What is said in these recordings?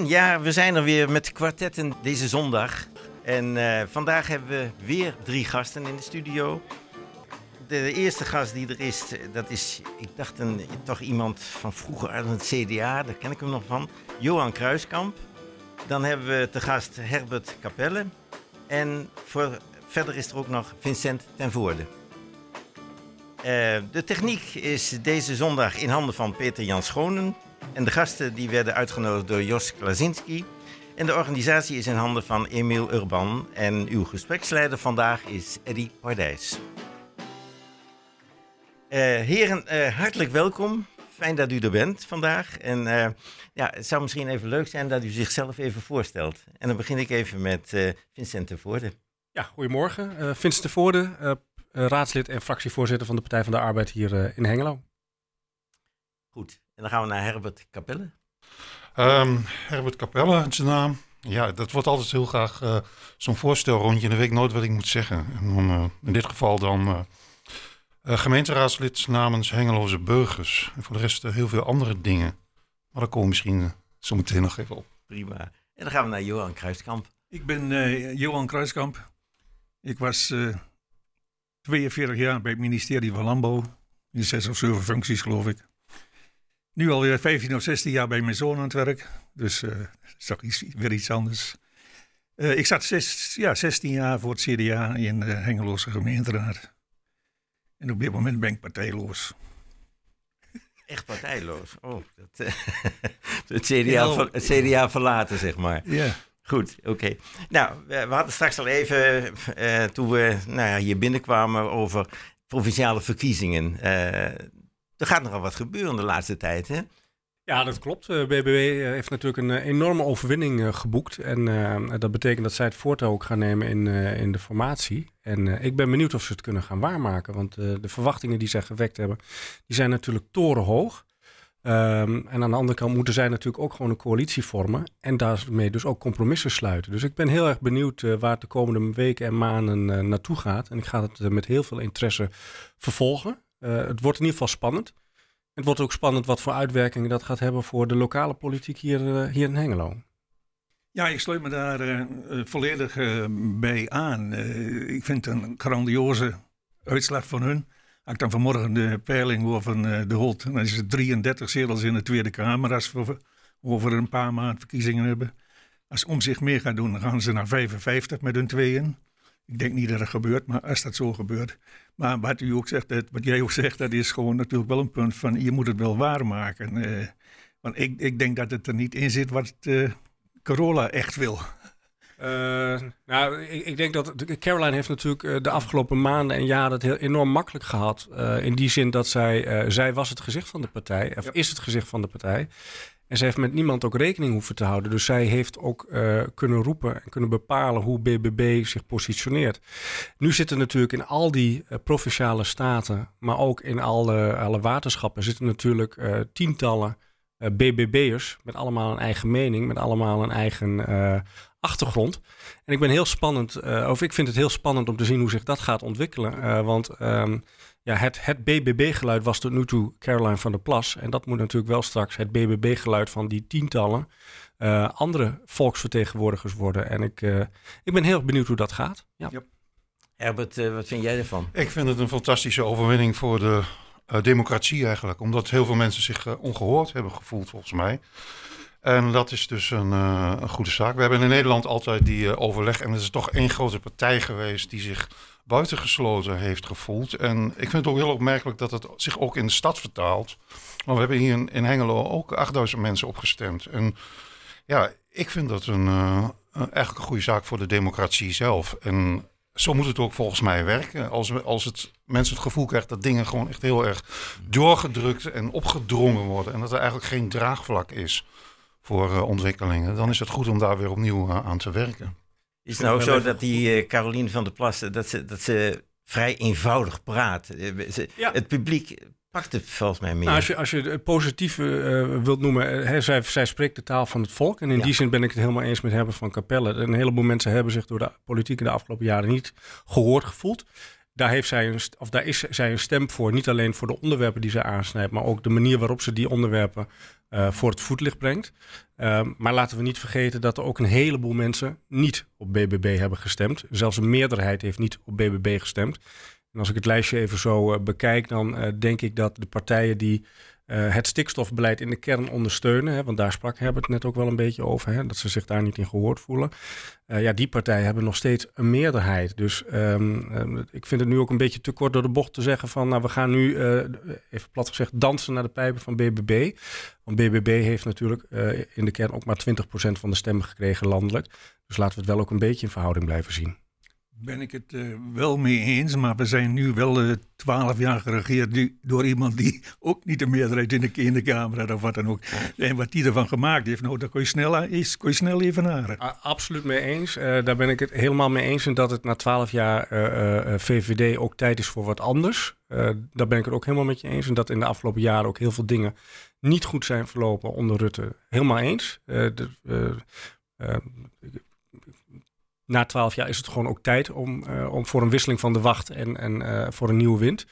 heren, ja, we zijn er weer met kwartetten deze zondag. En vandaag hebben we weer 3 gasten in de studio. De eerste gast die er is, dat is, ik dacht toch iemand van vroeger uit het CDA, daar ken ik hem nog van. Johan Kruiskamp. Dan hebben we te gast Herbert Capelle. En verder is er ook nog Vincent ten Voorde. De techniek is deze zondag in handen van Peter Jan Schoonen. En de gasten die werden uitgenodigd door Jos Klasinski. En de organisatie is in handen van Emiel Urban. En uw gespreksleider vandaag is Eddy Pardijs. Heren, hartelijk welkom. Fijn dat u er bent vandaag. En het zou misschien even leuk zijn dat u zichzelf even voorstelt. En dan begin ik even met Vincent ten Voorde. Ja, goedemorgen. Vincent ten Voorde, raadslid en fractievoorzitter van de Partij van de Arbeid hier in Hengelo. Goed, en dan gaan we naar Herbert Capelle. Herbert Capelle is de naam. Ja, dat wordt altijd heel graag zo'n voorstelrondje en dan weet ik nooit wat ik moet zeggen. En dan, in dit geval dan gemeenteraadslid namens Hengeloze burgers. En voor de rest heel veel andere dingen. Maar daar komen we misschien zo meteen nog even op. Prima. En dan gaan we naar Johan Kruiskamp. Ik ben Johan Kruiskamp. Ik was 42 jaar bij het ministerie van Landbouw. In 6 of 7 functies, geloof ik. Nu alweer 15 of 16 jaar bij mijn zoon aan het werk. Dus dat is toch weer iets anders. Ik zat 16 jaar voor het CDA in de Hengeloze gemeenteraad. En op dit moment ben ik partijloos. Echt partijloos? Oh, het CDA verlaten, zeg maar. Ja. Goed, oké. Nou, we hadden straks al even, toen we hier binnenkwamen, over provinciale verkiezingen. Er gaat nogal wat gebeuren de laatste tijd, hè? Ja, dat klopt. BBB heeft natuurlijk een enorme overwinning geboekt. En dat betekent dat zij het voortouw ook gaan nemen in de formatie. En ik ben benieuwd of ze het kunnen gaan waarmaken. Want de verwachtingen die zij gewekt hebben, die zijn natuurlijk torenhoog. En aan de andere kant moeten zij natuurlijk ook gewoon een coalitie vormen. En daarmee dus ook compromissen sluiten. Dus ik ben heel erg benieuwd waar het de komende weken en maanden naartoe gaat. En ik ga het met heel veel interesse vervolgen. Het wordt in ieder geval spannend. Het wordt ook spannend wat voor uitwerkingen dat gaat hebben voor de lokale politiek hier in Hengelo. Ja, ik sluit me daar volledig bij aan. Ik vind het een grandioze uitslag van hun. Als ik dan vanmorgen de peiling hoor van de Holt, dan is het 33 zetels in de Tweede Kamer als we over een paar maanden verkiezingen hebben. Als Omtzigt meer gaat doen, dan gaan ze naar 55 met hun tweeën. Ik denk niet dat het gebeurt, maar als dat zo gebeurt. Maar wat jij ook zegt, dat is gewoon natuurlijk wel een punt van je moet het wel waarmaken. Want ik denk dat het er niet in zit wat Carola echt wil. Ik denk dat Caroline heeft natuurlijk de afgelopen maanden en jaren het heel enorm makkelijk gehad. In die zin dat zij was het gezicht van de partij, of is het gezicht van de partij. En zij heeft met niemand ook rekening hoeven te houden. Dus zij heeft ook kunnen roepen en kunnen bepalen hoe BBB zich positioneert. Nu zitten natuurlijk in al die provinciale staten, maar ook in alle waterschappen, zitten natuurlijk tientallen BBB'ers met allemaal een eigen mening, met allemaal een eigen achtergrond. En ik vind het heel spannend om te zien hoe zich dat gaat ontwikkelen. Want het BBB-geluid was tot nu toe Caroline van der Plas. En dat moet natuurlijk wel straks het BBB-geluid van die tientallen andere volksvertegenwoordigers worden. En ik ben heel benieuwd hoe dat gaat. Ja. Yep. Herbert, wat vind jij ervan? Ik vind het een fantastische overwinning voor de democratie eigenlijk. Omdat heel veel mensen zich ongehoord hebben gevoeld volgens mij. En dat is dus een goede zaak. We hebben in Nederland altijd die overleg. En er is toch één grote partij geweest die zich buitengesloten heeft gevoeld. En ik vind het ook heel opmerkelijk dat het zich ook in de stad vertaalt. Maar we hebben hier in Hengelo ook 8000 mensen opgestemd. En ja, ik vind dat eigenlijk een goede zaak voor de democratie zelf. En zo moet het ook volgens mij werken. Als mensen het gevoel krijgen dat dingen gewoon echt heel erg doorgedrukt en opgedrongen worden. En dat er eigenlijk geen draagvlak is voor ontwikkelingen. Dan is het goed om daar weer opnieuw aan te werken. Is het nou ook zo dat die Caroline van der Plas, dat ze vrij eenvoudig praat? Het publiek pakt het volgens mij meer. Nou, als je het positieve wilt noemen, zij spreekt de taal van het volk. En in die zin ben ik het helemaal eens met Herbert van Capelle. Een heleboel mensen hebben zich door de politiek in de afgelopen jaren niet gehoord gevoeld. daar is zij een stem voor. Niet alleen voor de onderwerpen die zij aansnijdt, maar ook de manier waarop ze die onderwerpen voor het voetlicht brengt. Maar laten we niet vergeten dat er ook een heleboel mensen niet op BBB hebben gestemd. Zelfs een meerderheid heeft niet op BBB gestemd. En als ik het lijstje even zo bekijk, dan denk ik dat de partijen die het stikstofbeleid in de kern ondersteunen, hè, want daar sprak Herbert net ook wel een beetje over, hè, dat ze zich daar niet in gehoord voelen. Die partijen hebben nog steeds een meerderheid. Dus ik vind het nu ook een beetje te kort door de bocht te zeggen van, nou, we gaan nu, even plat gezegd, dansen naar de pijpen van BBB. Want BBB heeft natuurlijk in de kern ook maar 20% van de stemmen gekregen landelijk. Dus laten we het wel ook een beetje in verhouding blijven zien. Ben ik het wel mee eens, maar we zijn nu wel 12 jaar geregeerd door iemand die ook niet de meerderheid in de Kamer had of wat dan ook. En wat die ervan gemaakt heeft, nou, daar kon je snel evenaren. Absoluut mee eens. Daar ben ik het helemaal mee eens. En dat het na 12 jaar VVD ook tijd is voor wat anders. Daar ben ik het ook helemaal met je eens. En dat in de afgelopen jaren ook heel veel dingen niet goed zijn verlopen onder Rutte. Helemaal eens. Na 12 jaar is het gewoon ook tijd om voor een wisseling van de wacht en voor een nieuwe wind.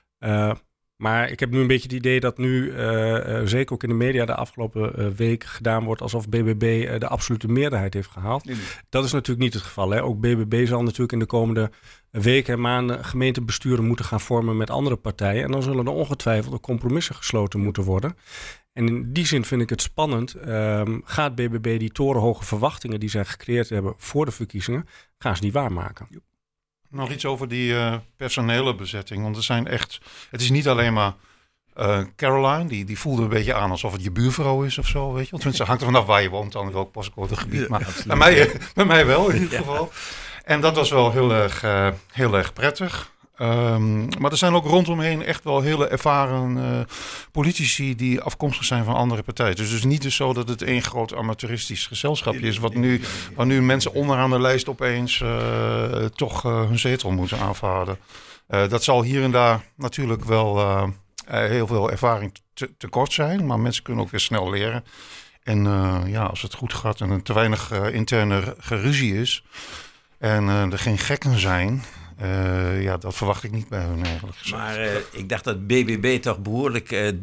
Maar ik heb nu een beetje het idee dat nu, zeker ook in de media de afgelopen week, gedaan wordt alsof BBB de absolute meerderheid heeft gehaald. Nee. Dat is natuurlijk niet het geval. Hè? Ook BBB zal natuurlijk in de komende weken en maanden gemeentebesturen moeten gaan vormen met andere partijen. En dan zullen er ongetwijfeld ook compromissen gesloten moeten worden. En in die zin vind ik het spannend. Gaat BBB die torenhoge verwachtingen die zij gecreëerd hebben voor de verkiezingen, gaan ze die waarmaken? Nog iets over die personele bezetting. Want het is niet alleen maar Caroline, die voelde een beetje aan alsof het je buurvrouw is of zo. Weet je? Want het hangt er vanaf waar je woont, dan welk postcodegebied. Maar bij mij wel in ieder geval. En dat was wel heel erg prettig. Maar er zijn ook rondomheen echt wel hele ervaren politici die afkomstig zijn van andere partijen. Dus het is niet zo dat het één groot amateuristisch gezelschapje is, waar nu mensen onderaan de lijst opeens toch hun zetel moeten aanvaarden. Dat zal hier en daar natuurlijk wel heel veel ervaring tekort zijn, maar mensen kunnen ook weer snel leren. En als het goed gaat en er te weinig interne geruzie is en er geen gekken zijn, dat verwacht ik niet bij hun eigenlijk gezegd. Maar ik dacht dat BBB toch behoorlijk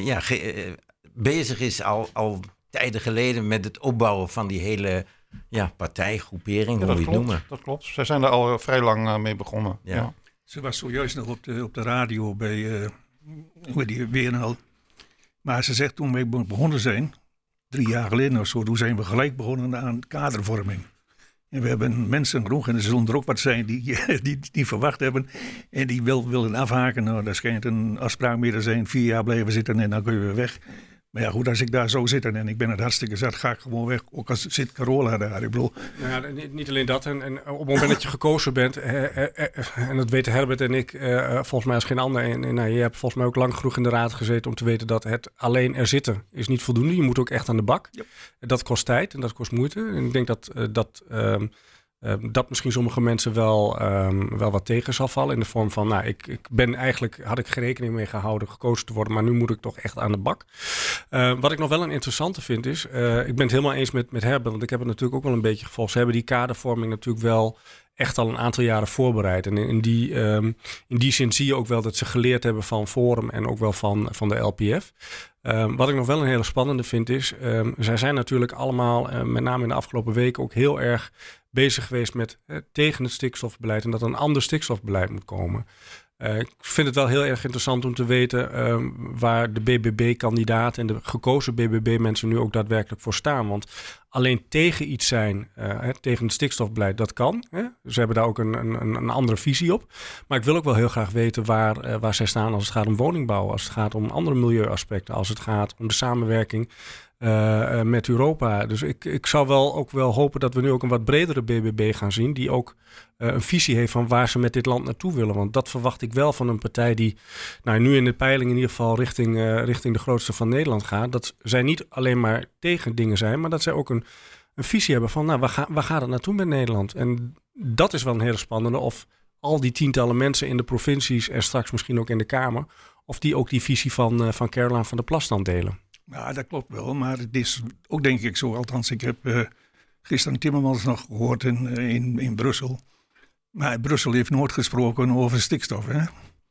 bezig is al tijden geleden met het opbouwen van die hele partijgroepering, hoe je het noemen. Dat klopt. Zij zijn er al vrij lang mee begonnen. Ja. Ja. Ze was zojuist nog op de radio bij WNL. Maar ze zegt toen wij begonnen zijn, 3 jaar geleden of zo, toen zijn we gelijk begonnen aan kadervorming. En we hebben mensen genoeg, en er zullen er ook wat zijn die verwacht hebben en die willen afhaken. Nou, daar schijnt een afspraak mee te zijn, 4 jaar blijven zitten en dan kun je weer weg. Maar ja, goed, als ik daar zou zitten en ik ben het hartstikke zat, ga ik gewoon weg. Ook als zit Carola daar. Ik bedoel. Niet alleen dat. En op het moment dat je gekozen bent, en dat weten Herbert en ik volgens mij als geen ander. En je hebt volgens mij ook lang genoeg in de raad gezeten om te weten dat het alleen er zitten is niet voldoende. Je moet ook echt aan de bak. Yep. Dat kost tijd en dat kost moeite. En ik denk dat misschien sommige mensen wel wat tegen zal vallen. In de vorm van, had ik geen rekening mee gehouden gekozen te worden, maar nu moet ik toch echt aan de bak. Wat ik nog wel een interessante vind is, ik ben het helemaal eens met Herbert, want ik heb het natuurlijk ook wel een beetje gevolgd. Ze hebben die kadervorming natuurlijk wel echt al een aantal jaren voorbereid. En in die zin zie je ook wel dat ze geleerd hebben van Forum en ook wel van de LPF. Wat ik nog wel een hele spannende vind is, zij zijn natuurlijk allemaal, met name in de afgelopen weken, ook heel erg bezig geweest met tegen het stikstofbeleid en dat er een ander stikstofbeleid moet komen. Ik vind het wel heel erg interessant om te weten waar de BBB-kandidaten en de gekozen BBB-mensen nu ook daadwerkelijk voor staan. Want alleen tegen iets zijn, tegen het stikstofbeleid, dat kan. Ze hebben daar ook een andere visie op. Maar ik wil ook wel heel graag weten waar zij staan als het gaat om woningbouw, als het gaat om andere milieuaspecten, als het gaat om de samenwerking met Europa. Dus ik zou ook wel hopen dat we nu ook een wat bredere BBB gaan zien, die ook een visie heeft van waar ze met dit land naartoe willen. Want dat verwacht ik wel van een partij die nu in de peiling in ieder geval richting de grootste van Nederland gaat. Dat zij niet alleen maar tegen dingen zijn, maar dat zij ook een visie hebben van waar gaat het naartoe met Nederland? En dat is wel een hele spannende, of al die tientallen mensen in de provincies en straks misschien ook in de Kamer, of die ook die visie van Caroline van der Plas dan delen. Ja, dat klopt wel, maar het is ook denk ik zo. Althans, ik heb gisteren Timmermans nog gehoord in Brussel. Maar Brussel heeft nooit gesproken over stikstof, hè?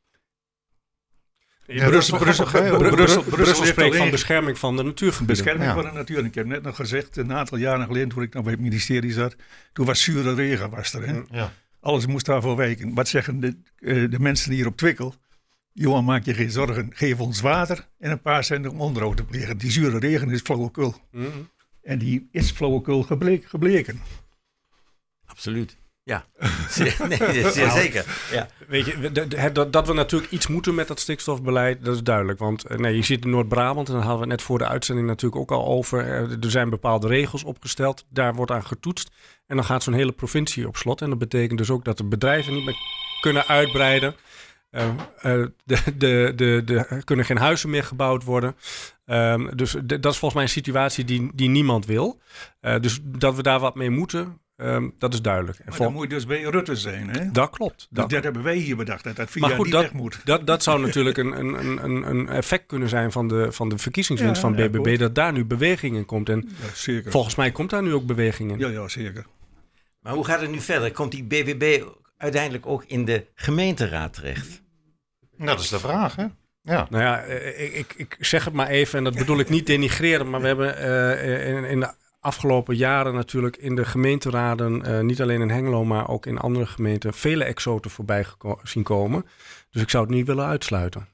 Brussel spreekt van bescherming van de natuurgebieden. Bescherming van de natuur. En ik heb net nog gezegd, een aantal jaren geleden, toen ik nog bij het ministerie zat, toen was zure regen was er. Hè? Ja. Alles moest daarvoor wijken. Wat zeggen de mensen hier op Twickel? Johan, maak je geen zorgen. Geef ons water en een paar cent om onderhoud te plegen. Die zure regen is flauwekul. Mm-hmm. En die is flauwekul gebleken. Absoluut. Ja, zeer zeker. Ja. Weet je, dat we natuurlijk iets moeten met dat stikstofbeleid, dat is duidelijk. Want je ziet in Noord-Brabant, en daar hadden we het net voor de uitzending natuurlijk ook al over. Er zijn bepaalde regels opgesteld, daar wordt aan getoetst. En dan gaat zo'n hele provincie op slot. En dat betekent dus ook dat de bedrijven niet meer kunnen uitbreiden. Er kunnen geen huizen meer gebouwd worden. Dus dat is volgens mij een situatie die niemand wil. Dus dat we daar wat mee moeten, dat is duidelijk. Maar dan moet je dus bij Rutte zijn, hè? Dat klopt. Dat hebben wij hier bedacht, dat 4 jaar niet weg moet. Dat zou natuurlijk een effect kunnen zijn van de verkiezingswinst van BBB, goed. Dat daar nu beweging in komt. En zeker. Volgens mij komt daar nu ook beweging in. Ja, zeker. Maar hoe gaat het nu verder? Komt die BBB uiteindelijk ook in de gemeenteraad terecht? Dat is de vraag, hè? Ja. Nou ja, ik zeg het maar even, en dat bedoel ik niet denigreren, maar we hebben in de afgelopen jaren natuurlijk in de gemeenteraden, niet alleen in Hengelo, maar ook in andere gemeenten, vele exoten voorbij zien komen. Dus ik zou het niet willen uitsluiten.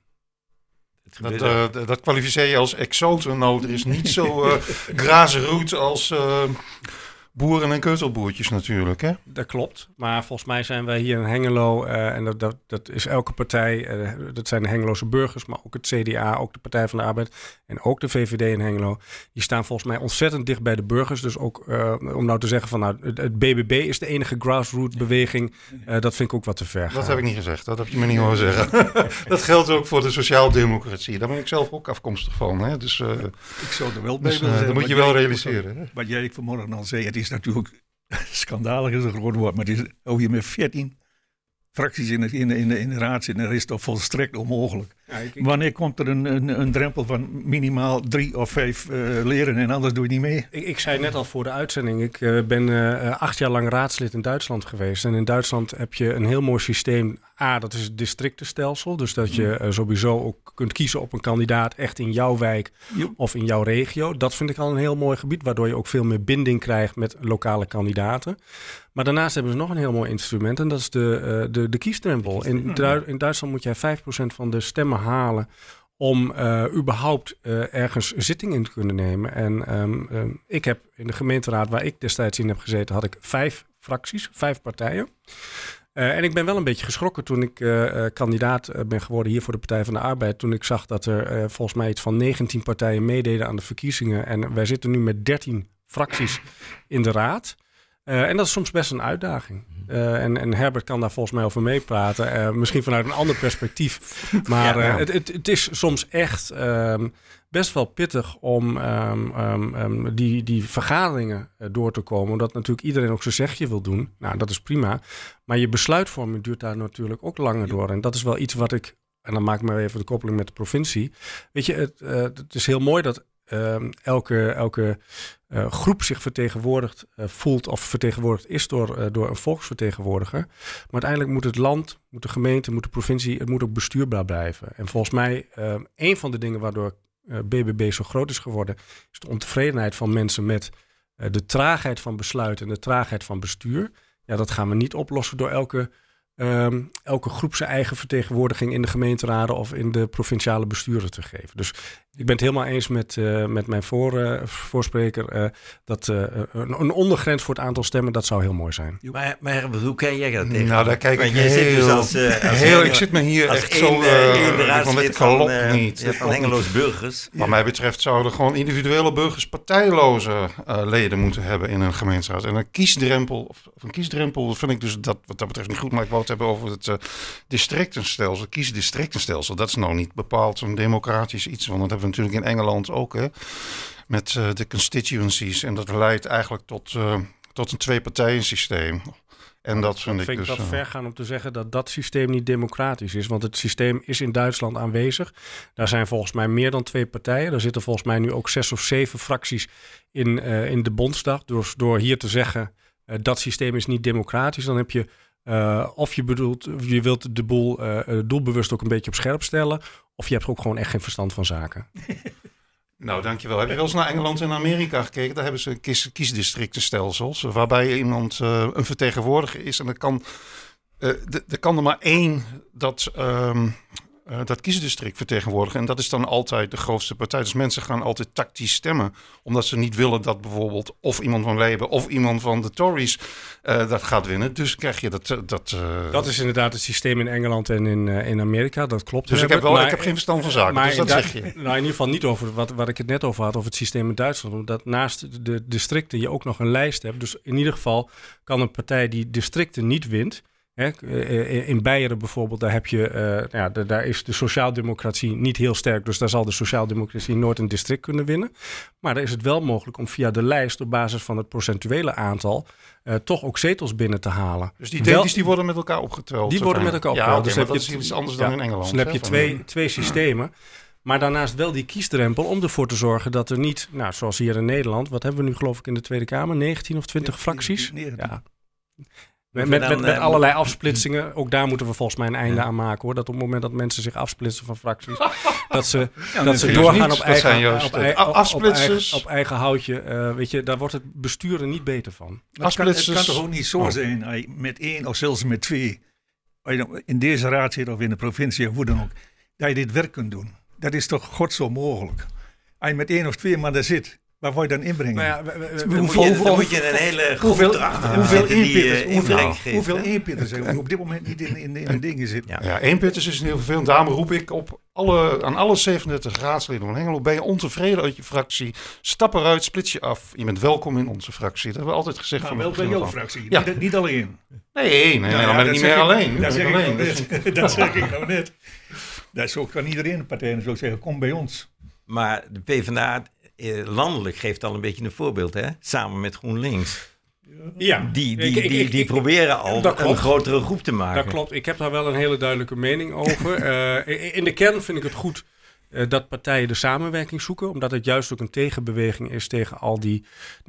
Dat kwalificeer je als exoten. Nou, er is niet zo grazenroet als boeren en keutelboertjes natuurlijk, hè? Dat klopt, maar volgens mij zijn wij hier in Hengelo, en dat is elke partij, dat zijn de Hengeloze burgers, maar ook het CDA, ook de Partij van de Arbeid en ook de VVD in Hengelo. Die staan volgens mij ontzettend dicht bij de burgers. Dus ook om nou te zeggen van het BBB is de enige grassroots beweging, dat vind ik ook wat te ver gaan. Dat heb ik niet gezegd, dat heb je me niet horen zeggen. Dat geldt ook voor de sociaaldemocratie. Daar ben ik zelf ook afkomstig van, hè? Dus, ik zou er wel bij willen zijn. Dat moet je wel realiseren. Hè? Wat jij vanmorgen al zei, het is natuurlijk schandalig is een groot woord, maar het is ook hier met 14 fracties in de raad zitten. Dat is toch volstrekt onmogelijk. Ja, wanneer komt er een drempel van minimaal 3 of 5 leren en anders doe je niet mee? Ik zei net al voor de uitzending, ik ben 8 jaar lang raadslid in Duitsland geweest. En in Duitsland heb je een heel mooi systeem. Dat is het districtenstelsel. Dus dat je sowieso ook kunt kiezen op een kandidaat echt in jouw wijk of in jouw regio. Dat vind ik al een heel mooi gebied, waardoor je ook veel meer binding krijgt met lokale kandidaten. Maar daarnaast hebben ze nog een heel mooi instrument en dat is de kiesdrempel. In Duitsland moet jij 5% van de stemmen halen om überhaupt ergens zitting in te kunnen nemen. En ik heb in de gemeenteraad waar ik destijds in heb gezeten, had ik 5 fracties, 5 partijen. En ik ben wel een beetje geschrokken toen ik kandidaat ben geworden hier voor de Partij van de Arbeid. Toen ik zag dat er volgens mij iets van 19 partijen meededen aan de verkiezingen. En wij zitten nu met 13 fracties in de raad. En dat is soms best een uitdaging. En Herbert kan daar volgens mij over meepraten. Misschien vanuit een ander perspectief. Maar het is soms echt best wel pittig om die vergaderingen door te komen. Omdat natuurlijk iedereen ook zijn zegje wil doen. Nou, dat is prima. Maar je besluitvorming duurt daar natuurlijk ook langer door. En dat is wel iets wat ik... En dan maak ik maar even de koppeling met de provincie. Weet je, het is heel mooi dat elke groep zich vertegenwoordigd voelt of vertegenwoordigd is door een volksvertegenwoordiger. Maar uiteindelijk moet het land, moet de gemeente, moet de provincie, het moet ook bestuurbaar blijven. En volgens mij, een van de dingen waardoor BBB zo groot is geworden, is de ontevredenheid van mensen met de traagheid van besluiten en de traagheid van bestuur. Ja, dat gaan we niet oplossen door elke groep zijn eigen vertegenwoordiging in de gemeenteraden of in de provinciale besturen te geven. Dus ik ben het helemaal eens met mijn voorspreker dat een ondergrens voor het aantal stemmen, dat zou heel mooi zijn. Maar hoe ken jij dat tegen? Nou, daar kijk ik ik zit me hier echt zo van dit klopt niet. Van Hengeloos burgers. Wat mij betreft zouden gewoon individuele burgers partijloze leden moeten hebben in een gemeenteraad. En een kiesdrempel vind ik dus dat wat dat betreft niet goed, maar ik wou het hebben over het districtenstelsel, kiesdistrictenstelsel. Dat is nou niet bepaald zo'n democratisch iets, want dat hebben we natuurlijk in Engeland ook, hè, met de constituencies. En dat leidt eigenlijk tot een twee-partijen-systeem. En dat vind ik dus... wel ver gaan om te zeggen dat systeem niet democratisch is. Want het systeem is in Duitsland aanwezig. Daar zijn volgens mij meer dan 2 partijen. Daar zitten volgens mij nu ook 6 of 7 fracties in de Bondsdag. Dus door hier te zeggen dat systeem is niet democratisch, dan heb je Of je wilt de boel doelbewust ook een beetje op scherp stellen. Of je hebt ook gewoon echt geen verstand van zaken. Nou, dankjewel. Heb je wel eens naar Engeland en Amerika gekeken? Daar hebben ze kiesdistrictenstelsels, waarbij iemand een vertegenwoordiger is. En er kan er maar één dat kiesdistrict vertegenwoordigen. En dat is dan altijd de grootste partij. Dus mensen gaan altijd tactisch stemmen. Omdat ze niet willen dat bijvoorbeeld of iemand van Labour of iemand van de Tories dat gaat winnen. Dus krijg je Dat is inderdaad het systeem in Engeland en in Amerika. Dat klopt. Dus ik heb geen verstand van zaken. Maar dus dat zeg je. Nou, in ieder geval niet over wat ik het net over had, over het systeem in Duitsland. Omdat naast de districten je ook nog een lijst hebt. Dus in ieder geval kan een partij die districten niet wint. In Beieren bijvoorbeeld, daar heb je, daar is de sociaaldemocratie niet heel sterk. Dus daar zal de sociaaldemocratie nooit een district kunnen winnen. Maar daar is het wel mogelijk om via de lijst op basis van het procentuele aantal toch ook zetels binnen te halen. Dus die worden met elkaar opgeteld? Die worden met elkaar opgeteld. Ja, dus dat is iets anders dan in Engeland. Dus dan heb je twee systemen. Maar daarnaast wel die kiesdrempel om ervoor te zorgen dat er niet, zoals hier in Nederland, wat hebben we nu geloof ik in de Tweede Kamer, 19 of 20 fracties? 19. Ja. Met allerlei afsplitsingen. Ook daar moeten we volgens mij een einde aan maken, hoor. Dat op het moment dat mensen zich afsplitsen van fracties, dat ze doorgaan op eigen houtje. Weet je, daar wordt het besturen niet beter van. Het kan toch ook niet zo zijn, met 1 of zelfs met 2, in deze raad zit of in de provincie of hoe dan ook, dat je dit werk kunt doen. Dat is toch god zo mogelijk. Als je met 1 of 2 man daar zit, waar word je dan inbrengen? Dan moet je een hele groep hoeveel eenpitters zijn op dit moment niet in de dingen zitten. Ja, eenpitters is heel veel. Daarom roep ik aan alle 37 raadsleden van Hengelo, ben je ontevreden uit je fractie, stap eruit, splits je af. Je bent welkom in onze fractie. Dat hebben we altijd gezegd. Maar wel bij jouw fractie, niet alleen. Nee, dan ben ik niet meer alleen. Dat zeg ik nou net. Zo kan iedereen de partij zo zeggen, kom bij ons. Maar de PvdA landelijk geeft al een beetje een voorbeeld, hè? Samen met GroenLinks. Ja. Die proberen al een grotere groep te maken. Dat klopt. Ik heb daar wel een hele duidelijke mening over. In de kern vind ik het goed dat partijen de samenwerking zoeken, omdat het juist ook een tegenbeweging is tegen al die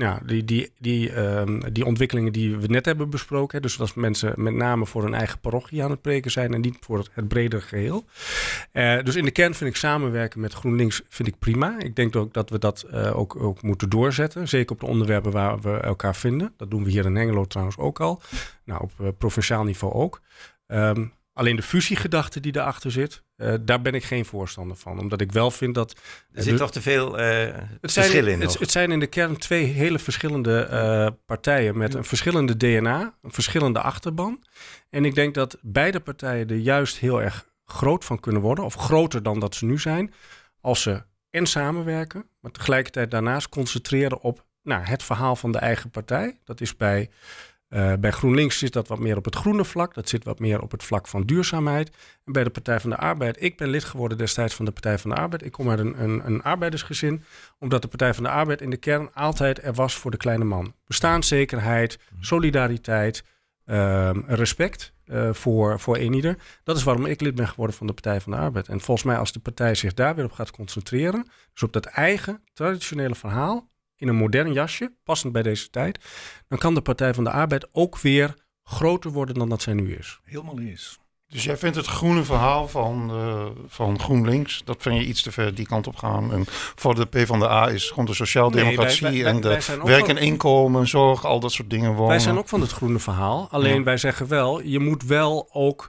ontwikkelingen die we net hebben besproken. Dus dat mensen met name voor hun eigen parochie aan het preken zijn en niet voor het bredere geheel. Dus in de kern vind ik samenwerken met GroenLinks prima. Ik denk ook dat we dat ook moeten doorzetten. Zeker op de onderwerpen waar we elkaar vinden. Dat doen we hier in Hengelo trouwens ook al. Op provinciaal niveau ook. Alleen de fusiegedachte die daarachter zit, daar ben ik geen voorstander van. Omdat ik wel vind dat... Er zit toch te veel verschillen in? Het zijn in de kern 2 hele verschillende partijen met een verschillende DNA, een verschillende achterban. En ik denk dat beide partijen er juist heel erg groot van kunnen worden, of groter dan dat ze nu zijn, als ze en samenwerken, maar tegelijkertijd daarnaast concentreren op het verhaal van de eigen partij. Dat is bij GroenLinks zit dat wat meer op het groene vlak. Dat zit wat meer op het vlak van duurzaamheid. En bij de Partij van de Arbeid, ik ben lid geworden destijds van de Partij van de Arbeid. Ik kom uit een arbeidersgezin, omdat de Partij van de Arbeid in de kern altijd er was voor de kleine man. Bestaanszekerheid, solidariteit, respect voor eenieder. Dat is waarom ik lid ben geworden van de Partij van de Arbeid. En volgens mij als de partij zich daar weer op gaat concentreren, dus op dat eigen traditionele verhaal, in een modern jasje, passend bij deze tijd, dan kan de Partij van de Arbeid ook weer groter worden dan dat zij nu is. Helemaal eens. Dus jij vindt het groene verhaal van GroenLinks, dat vind je iets te ver die kant op gaan. En voor de PvdA is gewoon de sociaaldemocratie en de werk en inkomen, zorg, al dat soort dingen wonen. Wij zijn ook van het groene verhaal. Alleen wij zeggen wel, je moet wel ook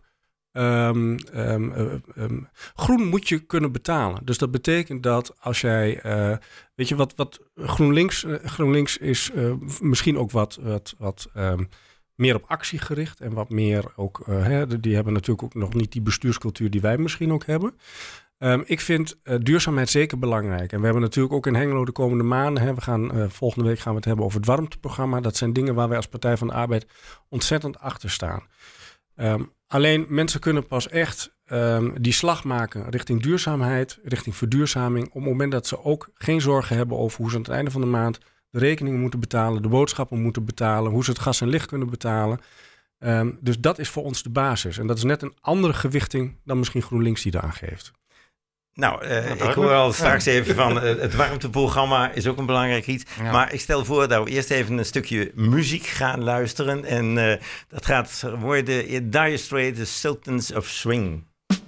groen moet je kunnen betalen. Dus dat betekent dat als jij, weet je wat GroenLinks is misschien ook wat meer op actie gericht en wat meer ook, die hebben natuurlijk ook nog niet die bestuurscultuur die wij misschien ook hebben. Ik vind duurzaamheid zeker belangrijk. En we hebben natuurlijk ook in Hengelo de komende maanden, volgende week gaan we het hebben over het warmteprogramma. Dat zijn dingen waar wij als Partij van de Arbeid ontzettend achter staan. Alleen mensen kunnen pas echt die slag maken richting duurzaamheid, richting verduurzaming, op het moment dat ze ook geen zorgen hebben over hoe ze aan het einde van de maand de rekeningen moeten betalen, de boodschappen moeten betalen, hoe ze het gas en licht kunnen betalen. Dus dat is voor ons de basis. En dat is net een andere gewichting dan misschien GroenLinks die eraan geeft. Nou, ik hoor al straks even van het warmteprogramma is ook een belangrijk iets. Ja. Maar ik stel voor dat we eerst even een stukje muziek gaan luisteren. En dat gaat worden Dire Straits, The Sultans of Swing.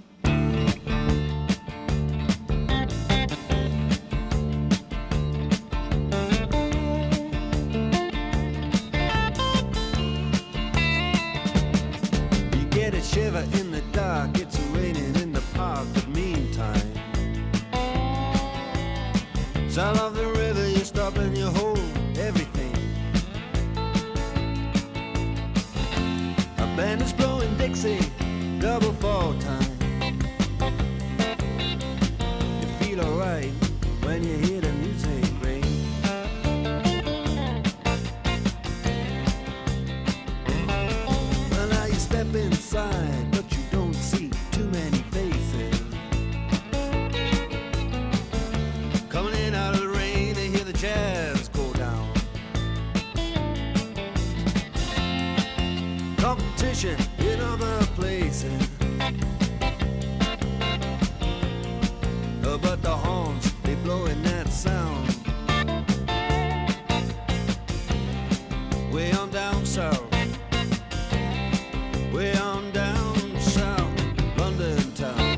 You get a shiver in the dark, it's raining in the park, but meantime sound of the river, you stop and you hold everything. A band is blowing Dixie, double fall time. You feel alright when you hear the music ring. Well, now you step inside, but you don't see too many faces. Coming in out of the rain, they hear the jazz go down. Competition in other places, but the horns, they blowing that sound. Way on down south, way on down south, London town.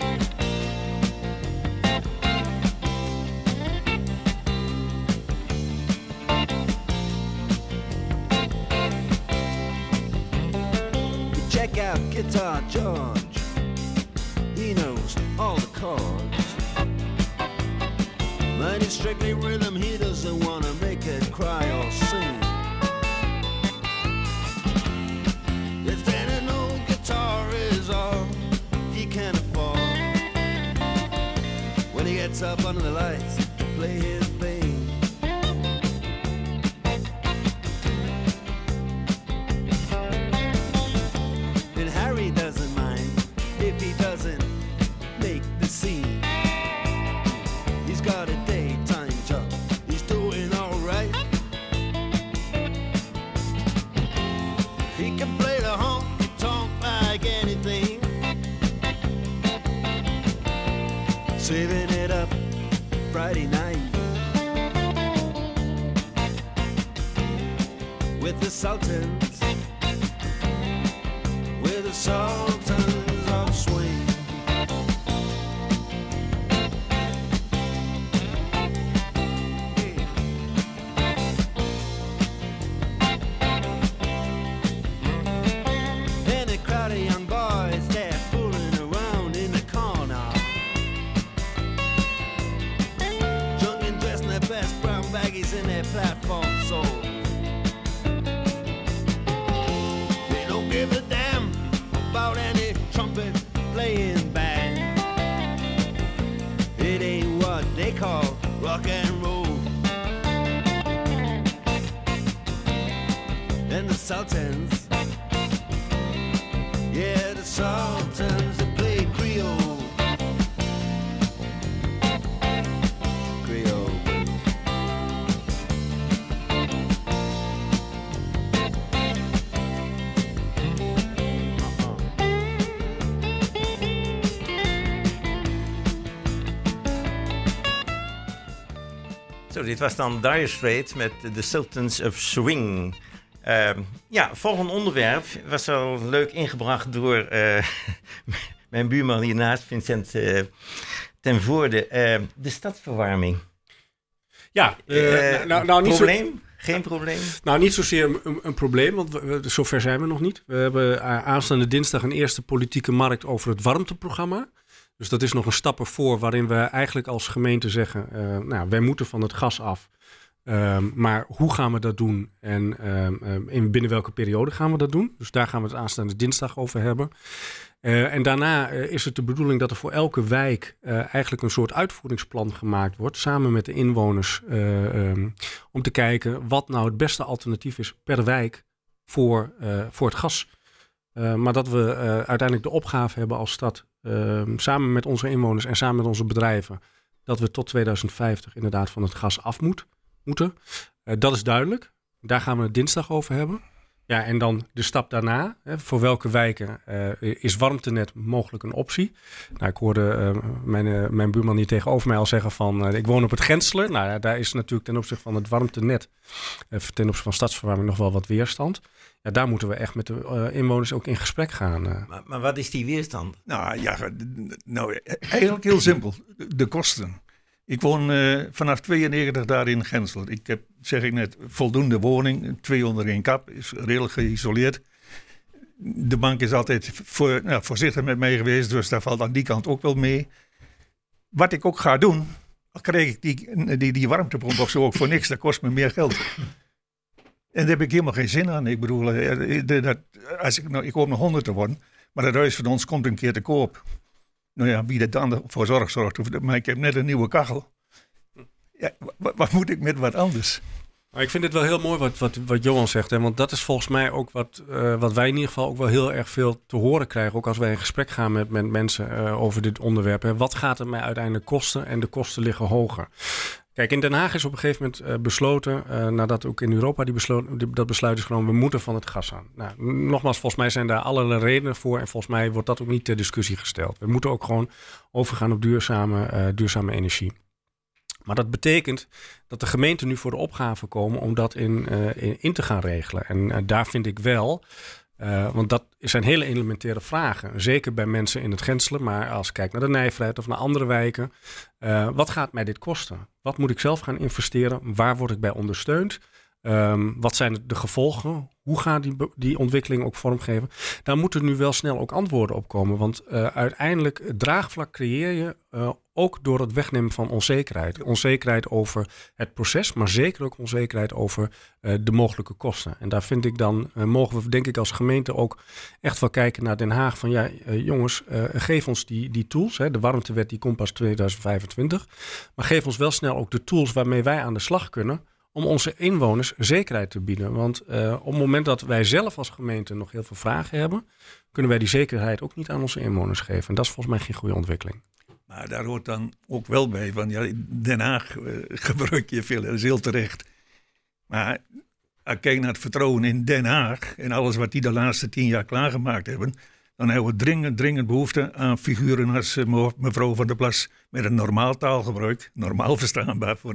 Check out Guitar George, he knows all the chords. But it's strictly rhythm, he doesn't want to make it cry or sing. If any old guitar is all he can afford, when he gets up under the lights to play his thing. Harry doesn't mind if he doesn't make the scene. He's got a daytime job, he's doing alright. He can play the honky-tonk like anything, saving it up Friday night with the Sultans. The Sultans of Swing. And a crowd of young boys, they're fooling around in the corner, drunk and dressed in their best brown baggies in their platform soles. They don't give a damn about any trumpet playing band. It ain't what they call rock and roll. And the Sultans, yeah, the Sultans, they play Creole. Creole. Zo, dit was dan Dire Straits met The Sultans of Swing. Ja, volgende onderwerp was al leuk ingebracht door mijn buurman hiernaast, Vincent ten Voorde. De stadsverwarming. Ja, nou niet probleem? zo... Geen probleem? Nou, niet zozeer een probleem, want zover zijn we nog niet. We hebben aanstaande dinsdag een eerste politieke markt over het warmteprogramma. Dus dat is nog een stap ervoor waarin we eigenlijk als gemeente zeggen, wij moeten van het gas af. Maar hoe gaan we dat doen en binnen welke periode gaan we dat doen? Dus daar gaan we het aanstaande dinsdag over hebben. En daarna is het de bedoeling dat er voor elke wijk eigenlijk een soort uitvoeringsplan gemaakt wordt, samen met de inwoners, om te kijken wat nou het beste alternatief is per wijk voor het gas. Maar dat we uiteindelijk de opgave hebben als stad, samen met onze inwoners en samen met onze bedrijven, dat we tot 2050 inderdaad van het gas af moeten. Dat is duidelijk. Daar gaan we het dinsdag over hebben. Ja, en dan de stap daarna. Hè, voor welke wijken is warmtenet mogelijk een optie? Nou, ik hoorde mijn buurman hier tegenover mij al zeggen van... ik woon op het Gensler. Nou, daar is natuurlijk ten opzichte van het warmtenet... ten opzichte van stadsverwarming nog wel wat weerstand. Ja, daar moeten we echt met de inwoners ook in gesprek gaan. Maar wat is die weerstand? Eigenlijk heel simpel. De kosten. Ik woon vanaf 92 daar in Gensler. Ik heb, zeg ik net, voldoende woning. 2 onder 1 kap. Is redelijk geïsoleerd. De bank is altijd voorzichtig met mij geweest. Dus daar valt aan die kant ook wel mee. Wat ik ook ga doen. Dan krijg ik die warmtepomp of zo ook voor niks. Dat kost me meer geld. En daar heb ik helemaal geen zin aan. Ik bedoel, ik hoop nog 100 te worden. Maar dat huis van ons komt een keer te koop. Nou ja, wie er dan voor zorgt. Maar ik heb net een nieuwe kachel. Ja, wat moet ik met wat anders? Maar ik vind het wel heel mooi wat Johan zegt. Hè? Want dat is volgens mij ook wat wij in ieder geval ook wel heel erg veel te horen krijgen. Ook als wij in gesprek gaan met mensen over dit onderwerp. Hè? Wat gaat het mij uiteindelijk kosten? En de kosten liggen hoger. Kijk, in Den Haag is op een gegeven moment besloten, nadat ook in Europa dat besluit is genomen, we moeten van het gas aan. Nou, nogmaals, volgens mij zijn daar allerlei redenen voor en volgens mij wordt dat ook niet ter discussie gesteld. We moeten ook gewoon overgaan op duurzame energie. Maar dat betekent dat de gemeenten nu voor de opgave komen om dat in te gaan regelen. En daar vind ik wel... want dat zijn hele elementaire vragen. Zeker bij mensen in het Gensler. Maar als ik kijk naar de Nijverheid of naar andere wijken. Wat gaat mij dit kosten? Wat moet ik zelf gaan investeren? Waar word ik bij ondersteund? Wat zijn de gevolgen? Hoe gaat die ontwikkeling ook vormgeven? Daar moeten nu wel snel ook antwoorden op komen. Want uiteindelijk draagvlak creëer je ook door het wegnemen van onzekerheid. Onzekerheid over het proces, maar zeker ook onzekerheid over de mogelijke kosten. En daar vind ik dan, mogen we denk ik als gemeente ook echt wel kijken naar Den Haag. Van jongens, geef ons die tools. Hè. De warmtewet die komt pas 2025. Maar geef ons wel snel ook de tools waarmee wij aan de slag kunnen om onze inwoners zekerheid te bieden. Want op het moment dat wij zelf als gemeente nog heel veel vragen hebben, kunnen wij die zekerheid ook niet aan onze inwoners geven. En dat is volgens mij geen goede ontwikkeling. Maar daar hoort dan ook wel bij van, Den Haag gebruik je veel, dat is heel terecht. Maar als ik kijk naar het vertrouwen in Den Haag en alles wat die de laatste 10 jaar klaargemaakt hebben, dan hebben we dringend behoefte aan figuren als mevrouw Van der Plas met een normaal taalgebruik, normaal verstaanbaar voor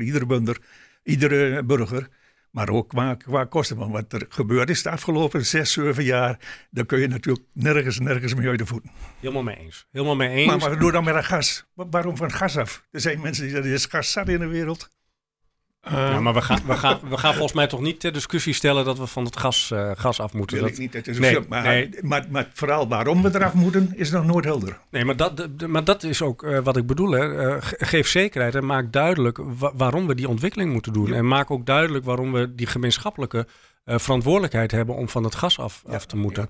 iedere burger, maar ook qua kosten. Want wat er gebeurd is de afgelopen 6, 7 jaar, daar kun je natuurlijk nergens mee uit de voeten. Helemaal mee eens. Maar doe dan met een gas. Waarom van gas af? Er zijn mensen die zeggen, er is gas zat in de wereld. Ja, maar we gaan volgens mij toch niet ter discussie stellen dat we van het gas af moeten. Wil ik niet ter discussie. Maar vooral waarom we eraf moeten, is nog nooit helder. Nee, maar dat is ook wat ik bedoel. Hè. Geef zekerheid en maak duidelijk waarom we die ontwikkeling moeten doen. Ja. En maak ook duidelijk waarom we die gemeenschappelijke verantwoordelijkheid hebben om van het gas af te moeten.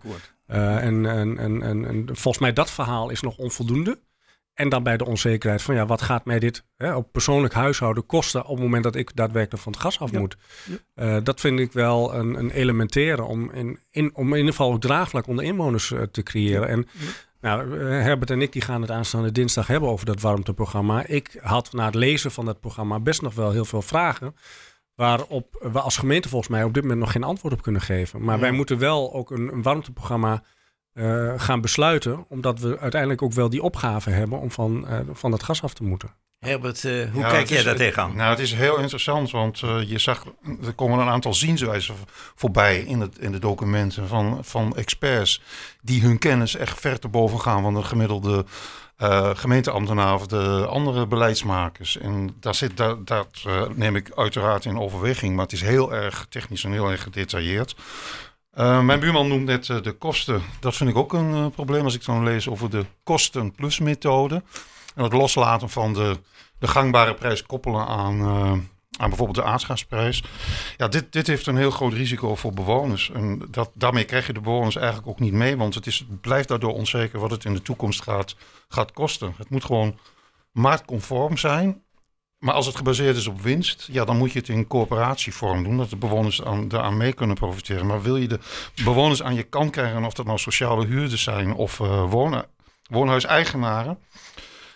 En volgens mij dat verhaal is nog onvoldoende. En dan bij de onzekerheid van wat gaat mij dit op persoonlijk huishouden kosten op het moment dat ik daadwerkelijk van het gas af moet. Ja. Dat vind ik wel een elementaire om in ieder geval ook draagvlak onder inwoners te creëren. En Herbert en ik die gaan het aanstaande dinsdag hebben over dat warmteprogramma. Ik had na het lezen van dat programma best nog wel heel veel vragen waarop we als gemeente volgens mij op dit moment nog geen antwoord op kunnen geven. Maar wij moeten wel ook een warmteprogramma gaan besluiten, omdat we uiteindelijk ook wel die opgave hebben om van dat gas af te moeten. Herbert, hoe kijk jij daar tegenaan? Nou, het is heel interessant, want je zag, er komen een aantal zienswijzen voorbij in de documenten van experts die hun kennis echt ver te boven gaan van de gemiddelde gemeenteambtenaar of de andere beleidsmakers. En dat neem ik uiteraard in overweging, maar het is heel erg technisch en heel erg gedetailleerd. Mijn buurman noemt net de kosten. Dat vind ik ook een probleem als ik dan lees over de kosten-plus-methode. En het loslaten van de gangbare prijs koppelen aan bijvoorbeeld de aardgasprijs. Ja, dit heeft een heel groot risico voor bewoners. En daarmee krijg je de bewoners eigenlijk ook niet mee. Want het blijft daardoor onzeker wat het in de toekomst gaat kosten. Het moet gewoon marktconform zijn. Maar als het gebaseerd is op winst, dan moet je het in coöperatievorm doen. Dat de bewoners daaraan mee kunnen profiteren. Maar wil je de bewoners aan je kant krijgen, of dat nou sociale huurders zijn of woonhuiseigenaren,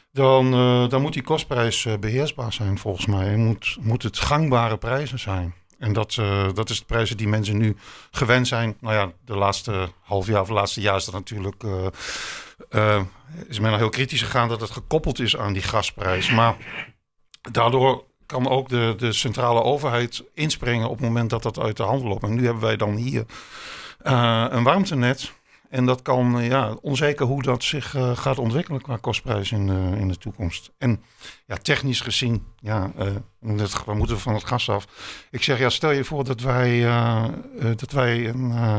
dan moet die kostprijs beheersbaar zijn volgens mij. Moet het gangbare prijzen zijn. En dat is de prijzen die mensen nu gewend zijn. Nou ja, de laatste half jaar of de laatste jaar is dat natuurlijk... is men al heel kritisch gegaan dat het gekoppeld is aan die gasprijs. Maar daardoor kan ook de centrale overheid inspringen op het moment dat dat uit de hand loopt. En nu hebben wij dan hier een warmtenet. En dat kan onzeker hoe dat zich gaat ontwikkelen qua kostprijs in de toekomst. En ja, technisch gezien, we moeten van het gas af. Ik zeg, stel je voor dat wij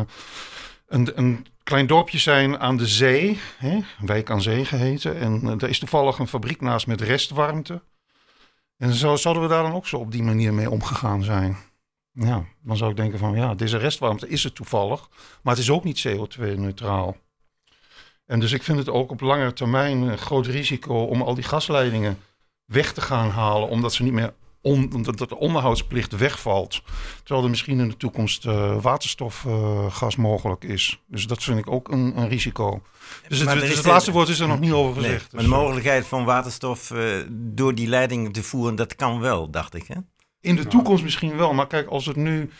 een klein dorpje zijn aan de zee, hè? Wijk aan Zee geheten. En er is toevallig een fabriek naast met restwarmte. En zouden we daar dan ook zo op die manier mee omgegaan zijn? Ja, dan zou ik denken van deze restwarmte is het toevallig, maar het is ook niet CO2-neutraal. En dus ik vind het ook op langere termijn een groot risico om al die gasleidingen weg te gaan halen, omdat ze niet meer omdat de onderhoudsplicht wegvalt. Terwijl er misschien in de toekomst waterstofgas mogelijk is. Dus dat vind ik ook een risico. Dus het laatste woord is er nog niet over gezegd. Maar de mogelijkheid van waterstof door die leidingen te voeren, dat kan wel, dacht ik, hè? In de toekomst misschien wel, maar kijk, als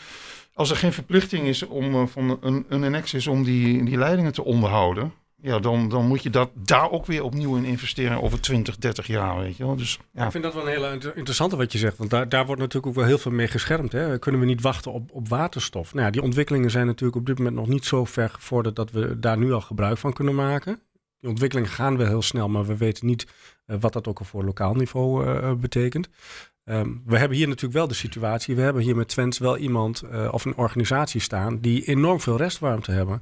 er geen verplichting is om van een annex is om die leidingen te onderhouden, dan moet je daar ook weer opnieuw in investeren over 20, 30 jaar, weet je wel. Dus, ja. Ik vind dat wel een hele interessante wat je zegt, want daar wordt natuurlijk ook wel heel veel mee geschermd. Hè? Kunnen we niet wachten op waterstof? Nou ja, die ontwikkelingen zijn natuurlijk op dit moment nog niet zo ver gevorderd dat we daar nu al gebruik van kunnen maken. Die ontwikkelingen gaan wel heel snel, maar we weten niet wat dat ook al voor lokaal niveau betekent. We hebben hier natuurlijk wel de situatie. We hebben hier met Twents wel iemand of een organisatie staan die enorm veel restwarmte hebben.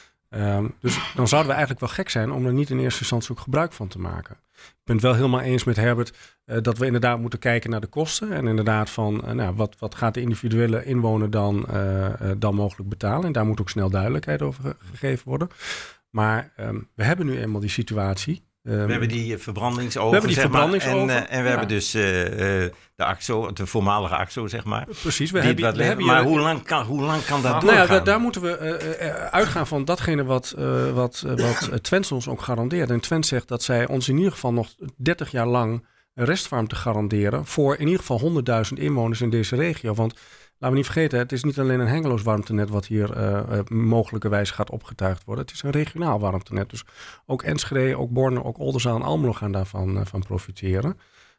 Dus dan zouden we eigenlijk wel gek zijn om er niet in eerste instantie ook gebruik van te maken. Ik ben het wel helemaal eens met Herbert dat we inderdaad moeten kijken naar de kosten. En inderdaad van wat gaat de individuele inwoner dan mogelijk betalen. En daar moet ook snel duidelijkheid over gegeven worden. Maar we hebben nu eenmaal die situatie. We hebben die verbrandingsoven, en we hebben dus de AXO, de voormalige AXO, zeg maar. Precies. Maar hoe lang kan dat doorgaan? Nou ja, daar moeten we uitgaan van datgene wat Twents ons ook garandeert. En Twents zegt dat zij ons in ieder geval nog 30 jaar lang restwarmte garanderen voor in ieder geval 100.000 inwoners in deze regio. Want laten we niet vergeten, het is niet alleen een Hengeloos warmtenet wat hier mogelijkerwijs gaat opgetuigd worden. Het is een regionaal warmtenet. Dus ook Enschede, ook Borne, ook Oldenzaal en Almelo gaan daarvan profiteren.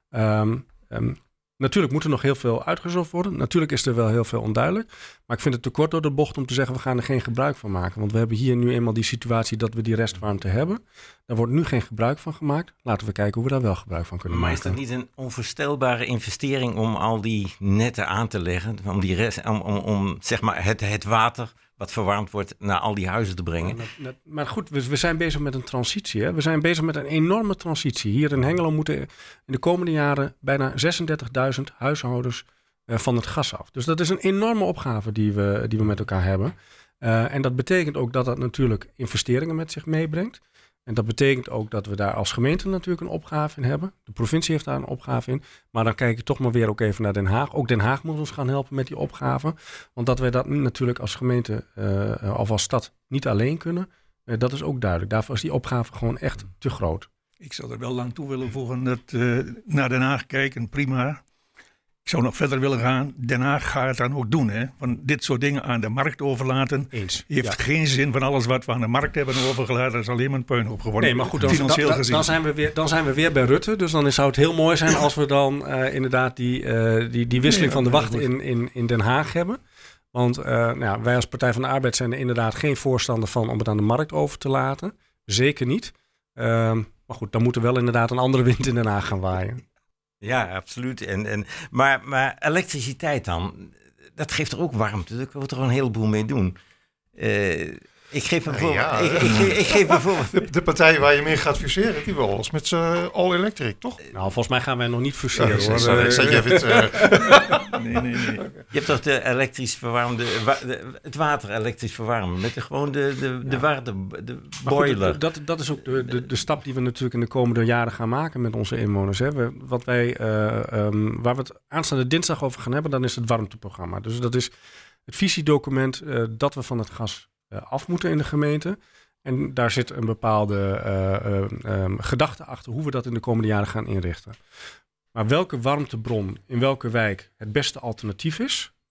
Natuurlijk moet er nog heel veel uitgezocht worden. Natuurlijk is er wel heel veel onduidelijk. Maar ik vind het te kort door de bocht om te zeggen we gaan er geen gebruik van maken. Want we hebben hier nu eenmaal die situatie dat we die restwarmte hebben. Daar wordt nu geen gebruik van gemaakt. Laten we kijken hoe we daar wel gebruik van kunnen maken. Maar is dat niet een onvoorstelbare investering om al die netten aan te leggen? Om zeg maar het water wat verwarmd wordt naar al die huizen te brengen. Maar goed, we zijn bezig met een transitie. Hè? We zijn bezig met een enorme transitie. Hier in Hengelo moeten in de komende jaren bijna 36.000 huishoudens van het gas af. Dus dat is een enorme opgave die we met elkaar hebben. En dat betekent ook dat natuurlijk investeringen met zich meebrengt. En dat betekent ook dat we daar als gemeente natuurlijk een opgave in hebben. De provincie heeft daar een opgave in. Maar dan kijk ik toch maar weer ook even naar Den Haag. Ook Den Haag moet ons gaan helpen met die opgave. Want dat wij dat nu natuurlijk als gemeente of als stad niet alleen kunnen, dat is ook duidelijk. Daarvoor is die opgave gewoon echt te groot. Ik zou er wel aan toe willen voegen dat naar Den Haag kijken, prima. Ik zou nog verder willen gaan. Den Haag gaat het dan ook doen. Hè? Van dit soort dingen aan de markt overlaten. Eens. Heeft geen zin van alles wat we aan de markt hebben overgelaten. Dat is alleen maar een puinhoop geworden. Nee, maar goed, dan zijn we weer bij Rutte. Dus dan zou het heel mooi zijn als we dan inderdaad die wisseling van de wacht in Den Haag hebben. Want wij als Partij van de Arbeid zijn er inderdaad geen voorstander van om het aan de markt over te laten. Zeker niet. Maar goed, dan moet er wel inderdaad een andere wind in Den Haag gaan waaien. Ja, absoluut. Maar elektriciteit dan, dat geeft er ook warmte. Daar kan je er een heleboel mee doen. Ik geef een voorbeeld. De partij waar je mee gaat fuseren, die wel eens met all electric, toch? Nou, volgens mij gaan wij nog niet fuseren. Nee. Je hebt toch de elektrisch verwarmde, het water elektrisch verwarmen met gewoon de boiler. Goed, dat is ook de stap die we natuurlijk in de komende jaren gaan maken met onze inwoners. Hè. Waar we het aanstaande dinsdag over gaan hebben, dan is het warmteprogramma. Dus dat is het visiedocument dat we van het gas af moeten in de gemeente. En daar zit een bepaalde gedachte achter hoe we dat in de komende jaren gaan inrichten. Maar welke warmtebron in welke wijk het beste alternatief is,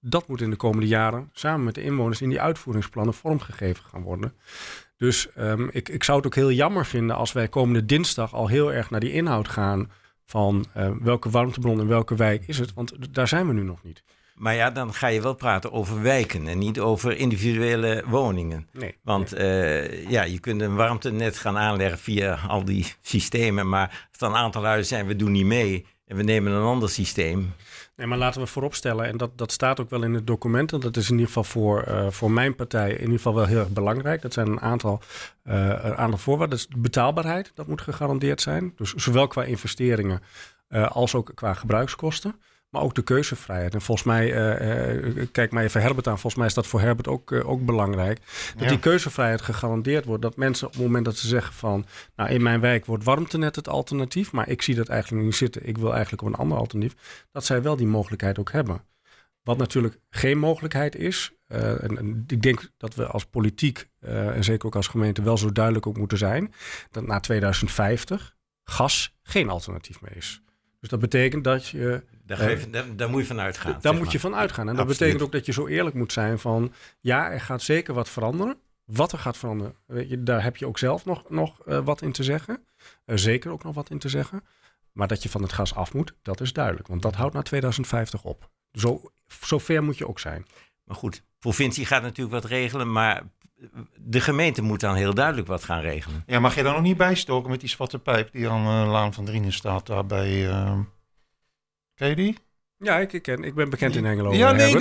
dat moet in de komende jaren samen met de inwoners in die uitvoeringsplannen vormgegeven gaan worden. Dus ik zou het ook heel jammer vinden als wij komende dinsdag al heel erg naar die inhoud gaan van welke warmtebron in welke wijk is het. Want daar zijn we nu nog niet. Maar ja, dan ga je wel praten over wijken en niet over individuele woningen. Nee. Want je kunt een warmtenet gaan aanleggen via al die systemen. Maar als er een aantal huizen zijn, we doen niet mee en we nemen een ander systeem. Nee, maar laten we vooropstellen, en dat staat ook wel in het document, en dat is in ieder geval voor mijn partij in ieder geval wel heel erg belangrijk. Dat zijn een aantal voorwaarden. Dat is de betaalbaarheid, dat moet gegarandeerd zijn. Dus zowel qua investeringen als ook qua gebruikskosten. Maar ook de keuzevrijheid. En volgens mij, kijk maar even Herbert aan, volgens mij is dat voor Herbert ook belangrijk. Dat die keuzevrijheid gegarandeerd wordt. Dat mensen op het moment dat ze zeggen van, nou in mijn wijk wordt warmtenet het alternatief, maar ik zie dat eigenlijk niet zitten. Ik wil eigenlijk op een ander alternatief. Dat zij wel die mogelijkheid ook hebben. Wat natuurlijk geen mogelijkheid is. En ik denk dat we als politiek en zeker ook als gemeente wel zo duidelijk ook moeten zijn. Dat na 2050 gas geen alternatief meer is. Dus dat betekent dat je... Daar moet je van uitgaan. Daar moet je van uitgaan. En dat betekent ook dat je zo eerlijk moet zijn van... ja, er gaat zeker wat veranderen. Wat er gaat veranderen, weet je, daar heb je ook zelf nog wat in te zeggen. Zeker ook nog wat in te zeggen. Maar dat je van het gas af moet, dat is duidelijk. Want dat houdt na 2050 op. Zo ver moet je ook zijn. Maar goed, provincie gaat natuurlijk wat regelen, maar de gemeente moet dan heel duidelijk wat gaan regelen. Ja, mag je daar nog niet bijstoken met die zwarte pijp die aan Laan van Drienen staat daar bij... Ken je die? Ja, ik ben bekend in Hengelo. Ja, nee.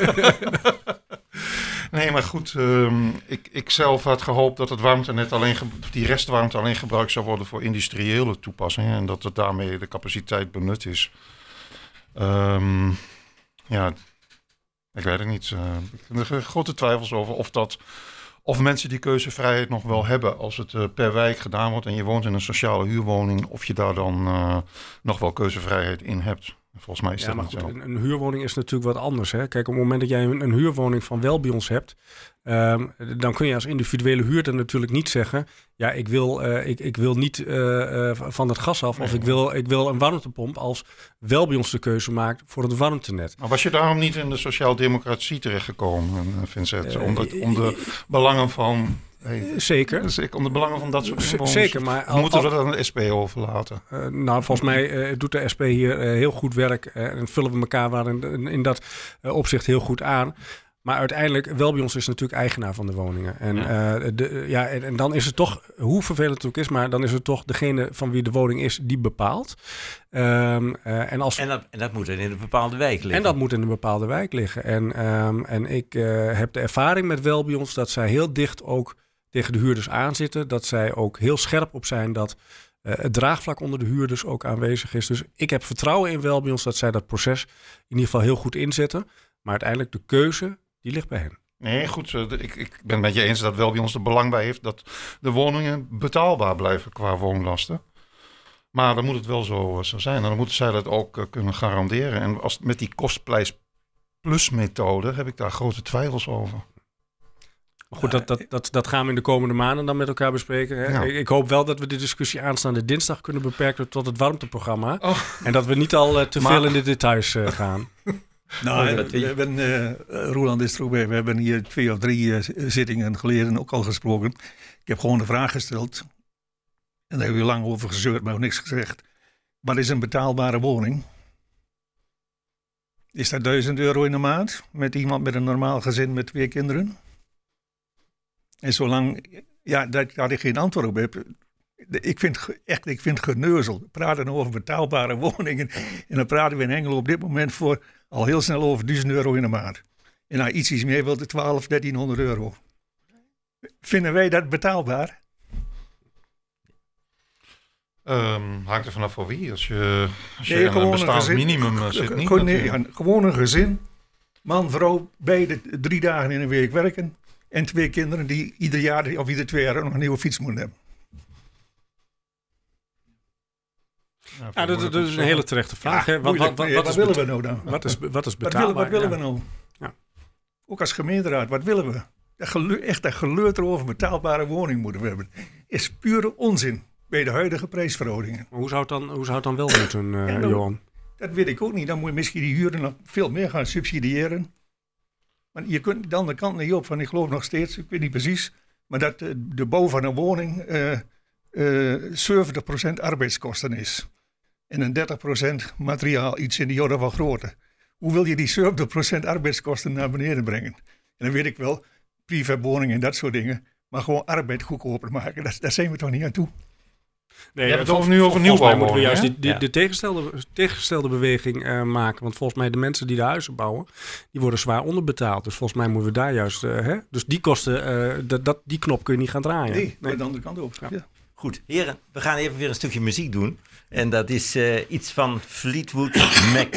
Nee, maar goed, ik zelf had gehoopt dat het warmtenet die restwarmte alleen gebruikt zou worden voor industriële toepassingen en dat het daarmee de capaciteit benut is. Ik weet het niet. Ik heb grote twijfels over of mensen die keuzevrijheid nog wel hebben als het per wijk gedaan wordt en je woont in een sociale huurwoning, of je daar dan nog wel keuzevrijheid in hebt. Volgens mij is dat niet zo. Een huurwoning is natuurlijk wat anders. Hè? Kijk, op het moment dat jij een huurwoning van Welbions hebt, dan kun je als individuele huurder natuurlijk niet zeggen, ja, ik wil niet van het gas af, of ik wil een warmtepomp als Welbions de keuze maakt voor het warmtenet. Maar was je daarom niet in de sociaaldemocratie terechtgekomen, Vincent? Om de belangen van... Zeker. Om de belangen van dat soort inwoners. Zeker, maar... moeten we dat aan de SP overlaten? Volgens mij doet de SP hier heel goed werk. En vullen we elkaar in dat opzicht heel goed aan. Maar uiteindelijk, Welbions is natuurlijk eigenaar van de woningen. En dan is het toch, hoe vervelend het ook is, maar dan is het toch degene van wie de woning is die bepaalt. En dat moet in een bepaalde wijk liggen. En dat moet in een bepaalde wijk liggen. En ik heb de ervaring met Welbions dat zij heel dicht ook tegen de huurders aanzitten. Dat zij ook heel scherp op zijn dat het draagvlak onder de huurders ook aanwezig is. Dus ik heb vertrouwen in Welbions dat zij dat proces in ieder geval heel goed inzetten. Maar uiteindelijk de keuze, die ligt bij hen. Nee, goed. Ik ben het met je eens dat Welbions er belang bij heeft dat de woningen betaalbaar blijven qua woonlasten. Maar dan moet het wel zo zijn. En dan moeten zij dat ook kunnen garanderen. En met die kostprijs-plus-methode heb ik daar grote twijfels over. Maar goed, dat gaan we in de komende maanden dan met elkaar bespreken. Hè? Ja. Ik hoop wel dat we de discussie aanstaande dinsdag kunnen beperken tot het warmteprogramma. Oh. En dat we niet al te veel in de details gaan. We hebben, Roland is er ook bij, we hebben hier 2 of 3 zittingen geleden ook al gesproken. Ik heb gewoon de vraag gesteld. En daar hebben we lang over gezeurd, maar ook niks gezegd. Wat is een betaalbare woning? Is dat €1000 in de maand? Met iemand met een normaal gezin met 2 kinderen? En zolang dat ik geen antwoord op heb. Ik vind geneuzel. We praten over betaalbare woningen. En dan praten we in Hengelo op dit moment voor al heel snel over €1000 in de maand. En als iets meer wil, de €1200-1300. Vinden wij dat betaalbaar? Hangt er vanaf voor wie. Als je in een bestaand minimum zit niet. Gewoon een gezin. Man, vrouw, beide 3 dagen in een week werken. En 2 kinderen die ieder jaar of ieder 2 jaar nog een nieuwe fiets moeten hebben. Ja, dat is een hele terechte vraag. Ja, wat willen we nou dan? Wat is betaalbaar? Wat willen we nou? Ja. Ook als gemeenteraad, wat willen we? Echt dat geleuter over betaalbare woning moeten we hebben. Is pure onzin bij de huidige prijsverhoudingen. Maar hoe zou het dan wel moeten, Johan? Dat weet ik ook niet. Dan moet je misschien die huren nog veel meer gaan subsidiëren. Maar je kunt de andere kant niet op. Van, ik geloof nog steeds, ik weet niet precies, maar dat de bouw van een woning 70% arbeidskosten is. En een 30% materiaal, iets in die orde van grootte. Hoe wil je die 70% arbeidskosten naar beneden brengen? En dan weet ik wel, prefabwoningen en dat soort dingen. Maar gewoon arbeid goedkoper maken, daar zijn we toch niet aan toe. Nee, Je hebt het nu over nieuwbouw. Moeten we juist hè? de tegenstelde beweging maken. Want volgens mij de mensen die de huizen bouwen, die worden zwaar onderbetaald. Dus volgens mij moeten we daar juist... Dus die kosten, die knop kun je niet gaan draaien. Nee, maar de andere kant op. Ja. Goed, heren, we gaan even weer een stukje muziek doen. En dat is iets van Fleetwood Mac.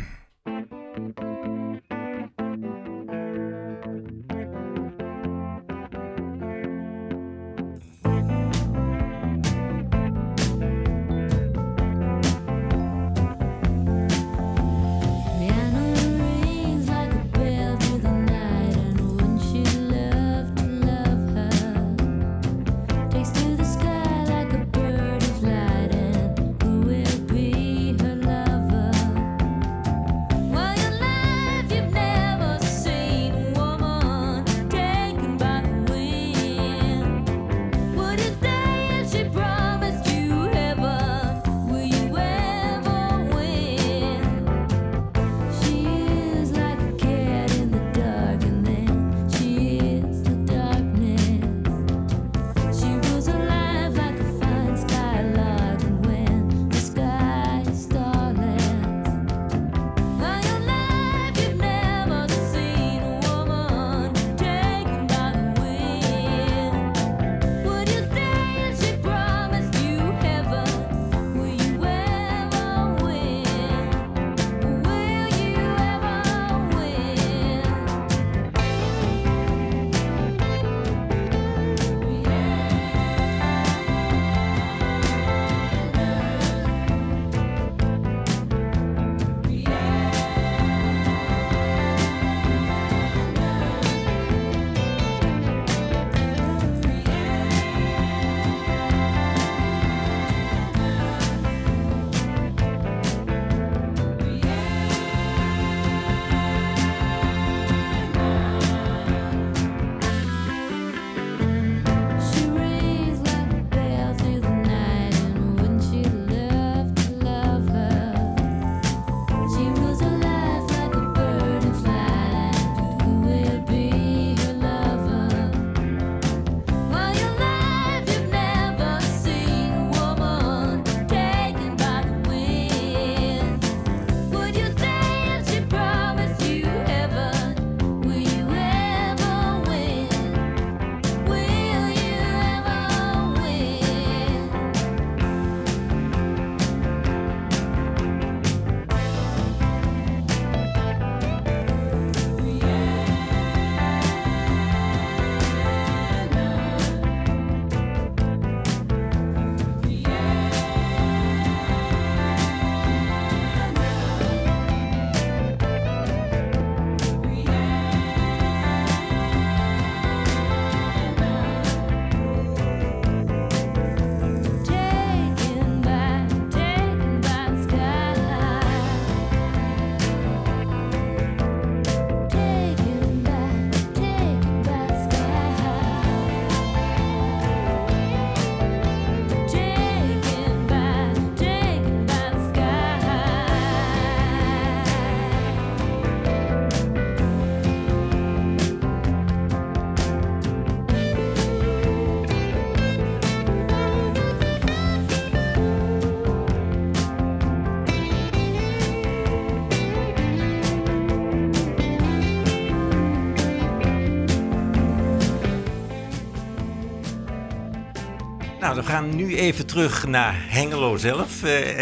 Nou, we gaan nu even terug naar Hengelo zelf.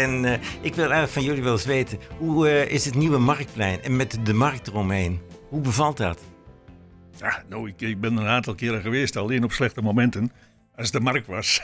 Ik wil eigenlijk van jullie wel eens weten, hoe is het nieuwe Marktplein en met de markt eromheen? Hoe bevalt dat? Ja, nou, ik ben er een aantal keren geweest, alleen op slechte momenten, als de markt was.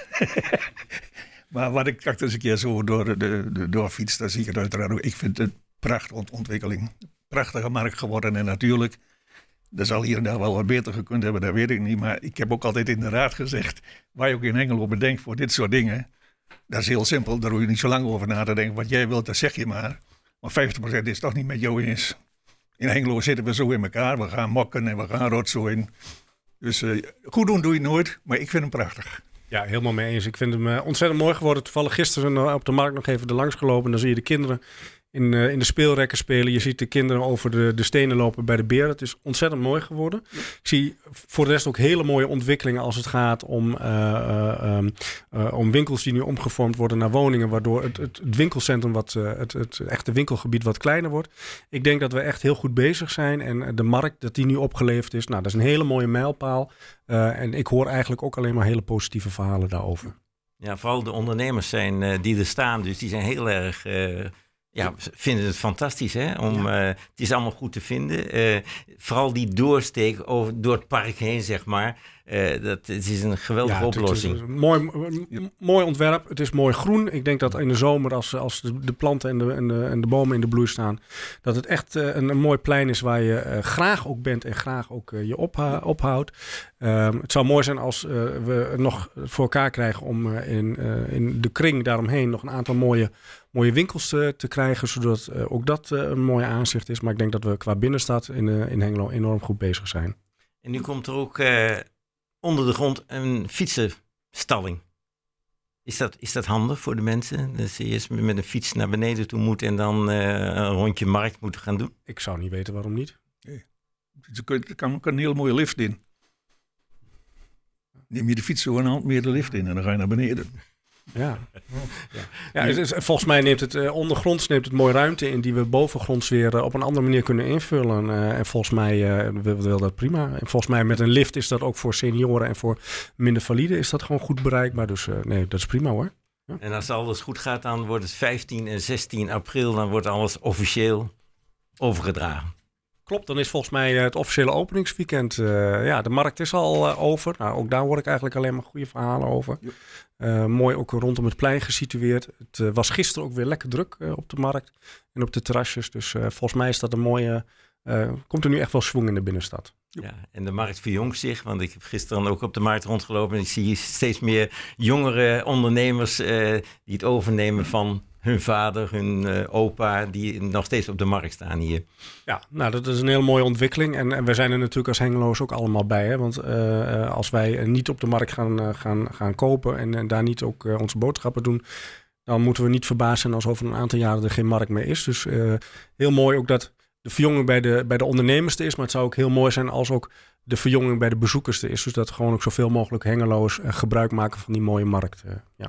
Maar wat ik straks eens een keer zo doorfiets, dan zie ik het uiteraard ook. Ik vind het een prachtige ontwikkeling. Prachtige markt geworden en natuurlijk, dat zal hier en daar wel wat beter gekund hebben, dat weet ik niet. Maar ik heb ook altijd in de raad gezegd, waar je ook in Hengelo bedenkt voor dit soort dingen, dat is heel simpel, daar hoef je niet zo lang over na te denken. Wat jij wilt, dat zeg je maar. Maar 50% is toch niet met jou eens. In Hengelo zitten we zo in elkaar. We gaan mokken en we gaan rotzooien. Dus goed doen doe je nooit, maar ik vind hem prachtig. Ja, helemaal mee eens. Ik vind hem ontzettend mooi geworden. Toevallig gisteren op de markt nog even er langs gelopen. Dan zie je de kinderen in de speelrekken spelen. Je ziet de kinderen over de stenen lopen bij de beer. Het is ontzettend mooi geworden. Ik zie voor de rest ook hele mooie ontwikkelingen als het gaat om winkels die nu omgevormd worden naar woningen, waardoor het winkelcentrum, het echte winkelgebied wat kleiner wordt. Ik denk dat we echt heel goed bezig zijn en de markt, dat die nu opgeleverd is, nou, dat is een hele mooie mijlpaal. En ik hoor eigenlijk ook alleen maar hele positieve verhalen daarover. Ja, vooral de ondernemers zijn die er staan, dus die zijn heel erg... vinden het fantastisch, hè? Het is allemaal goed te vinden. Vooral die doorsteek door het park heen, zeg maar. Het is een geweldige oplossing. Het is een mooi ontwerp. Het is mooi groen. Ik denk dat in de zomer, als de planten en de bomen in de bloei staan, dat het echt een mooi plein is waar je graag ook bent en graag ook je ophoudt. Het zou mooi zijn als we nog voor elkaar krijgen om in de kring daaromheen nog een aantal mooie winkels te krijgen, zodat ook dat een mooi aanzicht is. Maar ik denk dat we qua binnenstad in Hengelo enorm goed bezig zijn. En nu komt er ook onder de grond een fietsenstalling. Is dat handig voor de mensen? Dat ze eerst met een fiets naar beneden toe moeten en dan een rondje markt moeten gaan doen? Ik zou niet weten waarom niet. Nee. Er kan een heel mooie lift in. Neem je de fiets zo een hand meer de lift in en dan ga je naar beneden. Ja. Volgens mij neemt het ondergronds mooi ruimte in die we bovengronds weer op een andere manier kunnen invullen. En volgens mij wil dat prima. En volgens mij met een lift is dat ook voor senioren en voor minder valide is dat gewoon goed bereikbaar. Dus nee, dat is prima hoor. Ja. En als alles goed gaat, dan wordt het 15 en 16 april, dan wordt alles officieel overgedragen. Klopt, dan is volgens mij het officiële openingsweekend. De markt is al over. Nou, ook daar hoor ik eigenlijk alleen maar goede verhalen over. Mooi ook rondom het plein gesitueerd. Het was gisteren ook weer lekker druk op de markt en op de terrasjes. Dus volgens mij is dat een mooie... komt er nu echt wel schwung in de binnenstad. Ja, en de markt verjongt zich, want ik heb gisteren ook op de markt rondgelopen en ik zie steeds meer jongere ondernemers die het overnemen van hun vader, hun opa, die nog steeds op de markt staan hier. Ja, nou dat is een hele mooie ontwikkeling en wij zijn er natuurlijk als Hengeloos ook allemaal bij. Hè? Want als wij niet op de markt gaan kopen en daar niet ook onze boodschappen doen, dan moeten we niet verbaasd zijn als over een aantal jaren er geen markt meer is. Dus heel mooi ook dat de verjonging bij de ondernemers er is, maar het zou ook heel mooi zijn als ook de verjonging bij de bezoekers er is. Dus dat gewoon ook zoveel mogelijk Hengeloos gebruik maken van die mooie markt.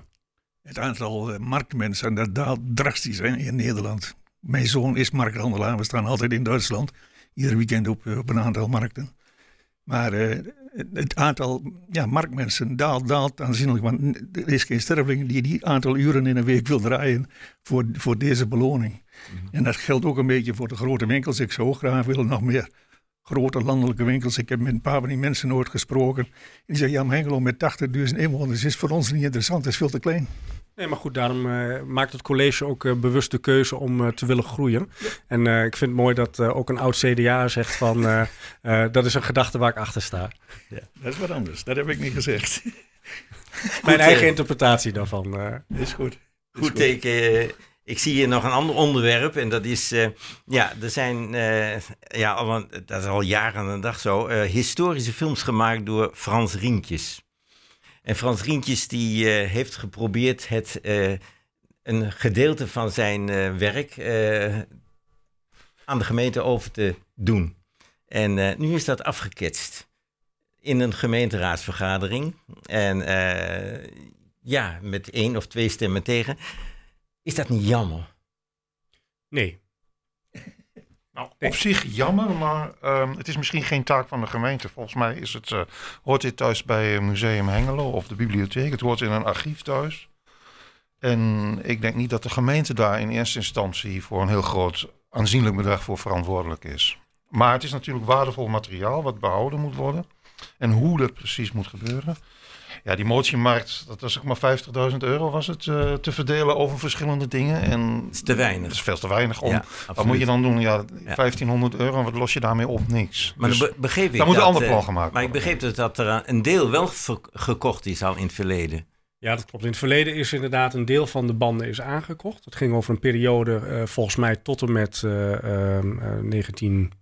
Het aantal marktmensen, dat daalt drastisch in Nederland. Mijn zoon is markthandelaar, we staan altijd in Duitsland. Ieder weekend op een aantal markten. Maar het aantal marktmensen daalt aanzienlijk. Want er is geen sterveling die aantal uren in een week wil draaien voor deze beloning. Mm-hmm. En dat geldt ook een beetje voor de grote winkels. Ik zou graag willen nog meer grote landelijke winkels. Ik heb met een paar van die mensen nooit gesproken. En die zeggen, maar Hengelo met 80.000 inwoners is voor ons niet interessant. Het is veel te klein. Nee, maar goed, daarom maakt het college ook bewust de keuze om te willen groeien. Ja. En ik vind het mooi dat ook een oud CDA zegt van, dat is een gedachte waar ik achter sta. Ja, dat is wat anders. Dat heb ik niet gezegd. Mijn eigen interpretatie daarvan. Is goed. Goed, ik zie hier nog een ander onderwerp en dat is, er zijn, dat is al jaren aan de dag zo, historische films gemaakt door Frans Rientjes. En Frans Rientjes die heeft geprobeerd een gedeelte van zijn werk aan de gemeente over te doen. En nu is dat afgeketst in een gemeenteraadsvergadering. En met 1 of 2 stemmen tegen. Is dat niet jammer? Nee. Nou, op zich jammer, maar het is misschien geen taak van de gemeente. Volgens mij hoort dit thuis bij Museum Hengelo of de bibliotheek. Het hoort in een archief thuis. En ik denk niet dat de gemeente daar in eerste instantie voor een heel groot aanzienlijk bedrag voor verantwoordelijk is. Maar het is natuurlijk waardevol materiaal wat behouden moet worden. En hoe dat precies moet gebeuren. Ja, die motiemarkt, dat was zeg maar €50.000 was het te verdelen over verschillende dingen. En dat is te weinig. Dat is veel te weinig. Wat moet je dan doen? Ja, €1.500, wat los je daarmee op? Niks. Maar dus dan begreep ik moet een ander plan gemaakt worden. Maar ik begreep dus dat er een deel wel gekocht is al in het verleden. Ja, dat klopt. In het verleden is inderdaad een deel van de banden is aangekocht. Het ging over een periode volgens mij tot en met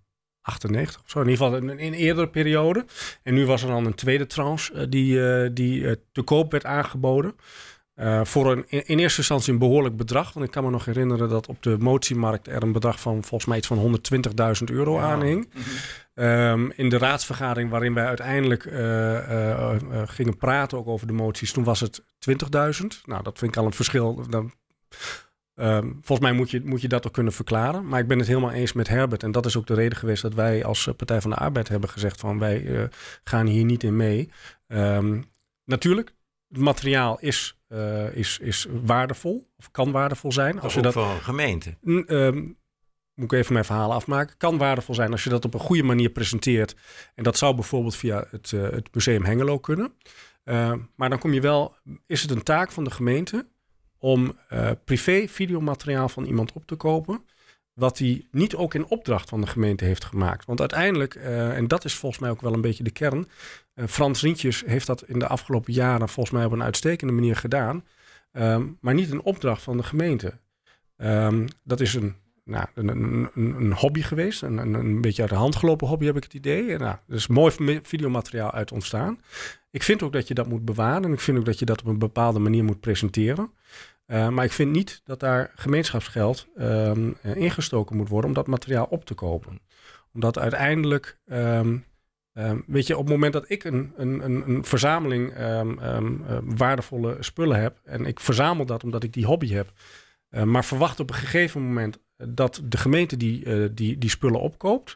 98 of zo. In ieder geval in een eerdere periode. En nu was er dan een tweede tranche die te koop werd aangeboden. Voor in eerste instantie een behoorlijk bedrag. Want ik kan me nog herinneren dat op de motiemarkt er een bedrag van volgens mij iets van €120.000 aanhing. In de raadsvergadering waarin wij uiteindelijk gingen praten ook over de moties, toen was het 20.000. Nou, dat vind ik al een verschil. Volgens mij moet je dat ook kunnen verklaren. Maar ik ben het helemaal eens met Herbert. En dat is ook de reden geweest dat wij als Partij van de Arbeid hebben gezegd van wij gaan hier niet in mee. Natuurlijk, het materiaal is waardevol of kan waardevol zijn. Als je dat voor een gemeente. Moet ik even mijn verhaal afmaken. Kan waardevol zijn als je dat op een goede manier presenteert. En dat zou bijvoorbeeld via het Museum Hengelo kunnen. Maar dan kom je wel, is het een taak van de gemeente om privé videomateriaal van iemand op te kopen, wat hij niet ook in opdracht van de gemeente heeft gemaakt. Want uiteindelijk, en dat is volgens mij ook wel een beetje de kern, Frans Rientjes heeft dat in de afgelopen jaren volgens mij op een uitstekende manier gedaan, maar niet in opdracht van de gemeente. Dat is een hobby geweest, een beetje uit de hand gelopen hobby heb ik het idee. Er is mooi videomateriaal uit ontstaan. Ik vind ook dat je dat moet bewaren en ik vind ook dat je dat op een bepaalde manier moet presenteren. Maar ik vind niet dat daar gemeenschapsgeld ingestoken moet worden om dat materiaal op te kopen. Omdat uiteindelijk, weet je, op het moment dat ik een verzameling waardevolle spullen heb en ik verzamel dat omdat ik die hobby heb, maar verwacht op een gegeven moment dat de gemeente die spullen opkoopt,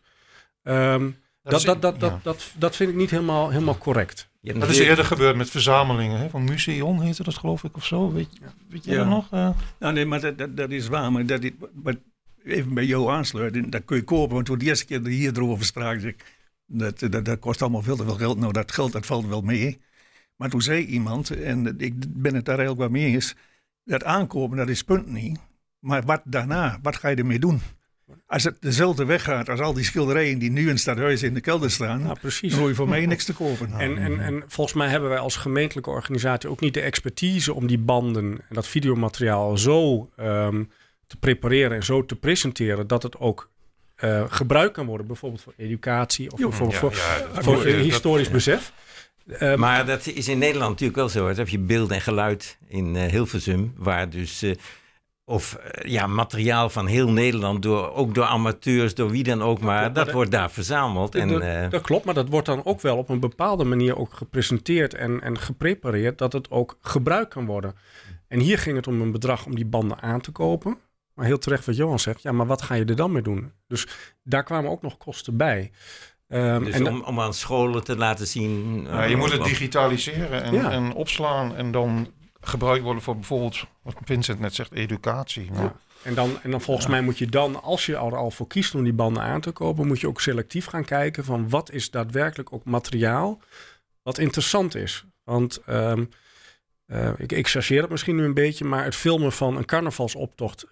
dat vind ik niet helemaal correct. Dat is eerder gebeurd met verzamelingen, hè? Van Museon heette dat geloof ik of zo. Weet je dat nog? Nou nee, maar dat is waar. Maar wat even bij jou aansluiten, dat kun je kopen. Want toen de eerste keer hier erover spraken, dat kost allemaal veel te veel geld. Nou, dat geld dat valt wel mee. Maar toen zei iemand, en ik ben het daar eigenlijk wel mee eens, dat aankopen, dat is punt niet. Maar wat daarna, wat ga je ermee doen? Als het dezelfde weg gaat als al die schilderijen die nu in het stadhuis in de kelder staan, dan hoef je voor mij niks te kopen. En volgens mij hebben wij als gemeentelijke organisatie ook niet de expertise om die banden en dat videomateriaal zo te prepareren en zo te presenteren dat het ook gebruikt kan worden, bijvoorbeeld voor educatie of bijvoorbeeld voor historisch besef. Maar dat is in Nederland natuurlijk wel zo. Dan heb je beeld en geluid in Hilversum, waar dus materiaal van heel Nederland, ook door amateurs, door wie dan ook, maar dat wordt daar verzameld. Dat klopt, maar dat wordt dan ook wel op een bepaalde manier ook gepresenteerd en geprepareerd, dat het ook gebruikt kan worden. En hier ging het om een bedrag om die banden aan te kopen. Maar heel terecht wat Johan zegt, ja, maar wat ga je er dan mee doen? Dus daar kwamen ook nog kosten bij. Om aan scholen te laten zien. Je moet het digitaliseren en opslaan en dan gebruikt worden voor bijvoorbeeld, wat Vincent net zegt, educatie. Ja. En dan volgens mij moet je dan, als je er al voor kiest om die banden aan te kopen, moet je ook selectief gaan kijken van wat is daadwerkelijk ook materiaal wat interessant is. Want ik chargeer het misschien nu een beetje, maar het filmen van een carnavalsoptocht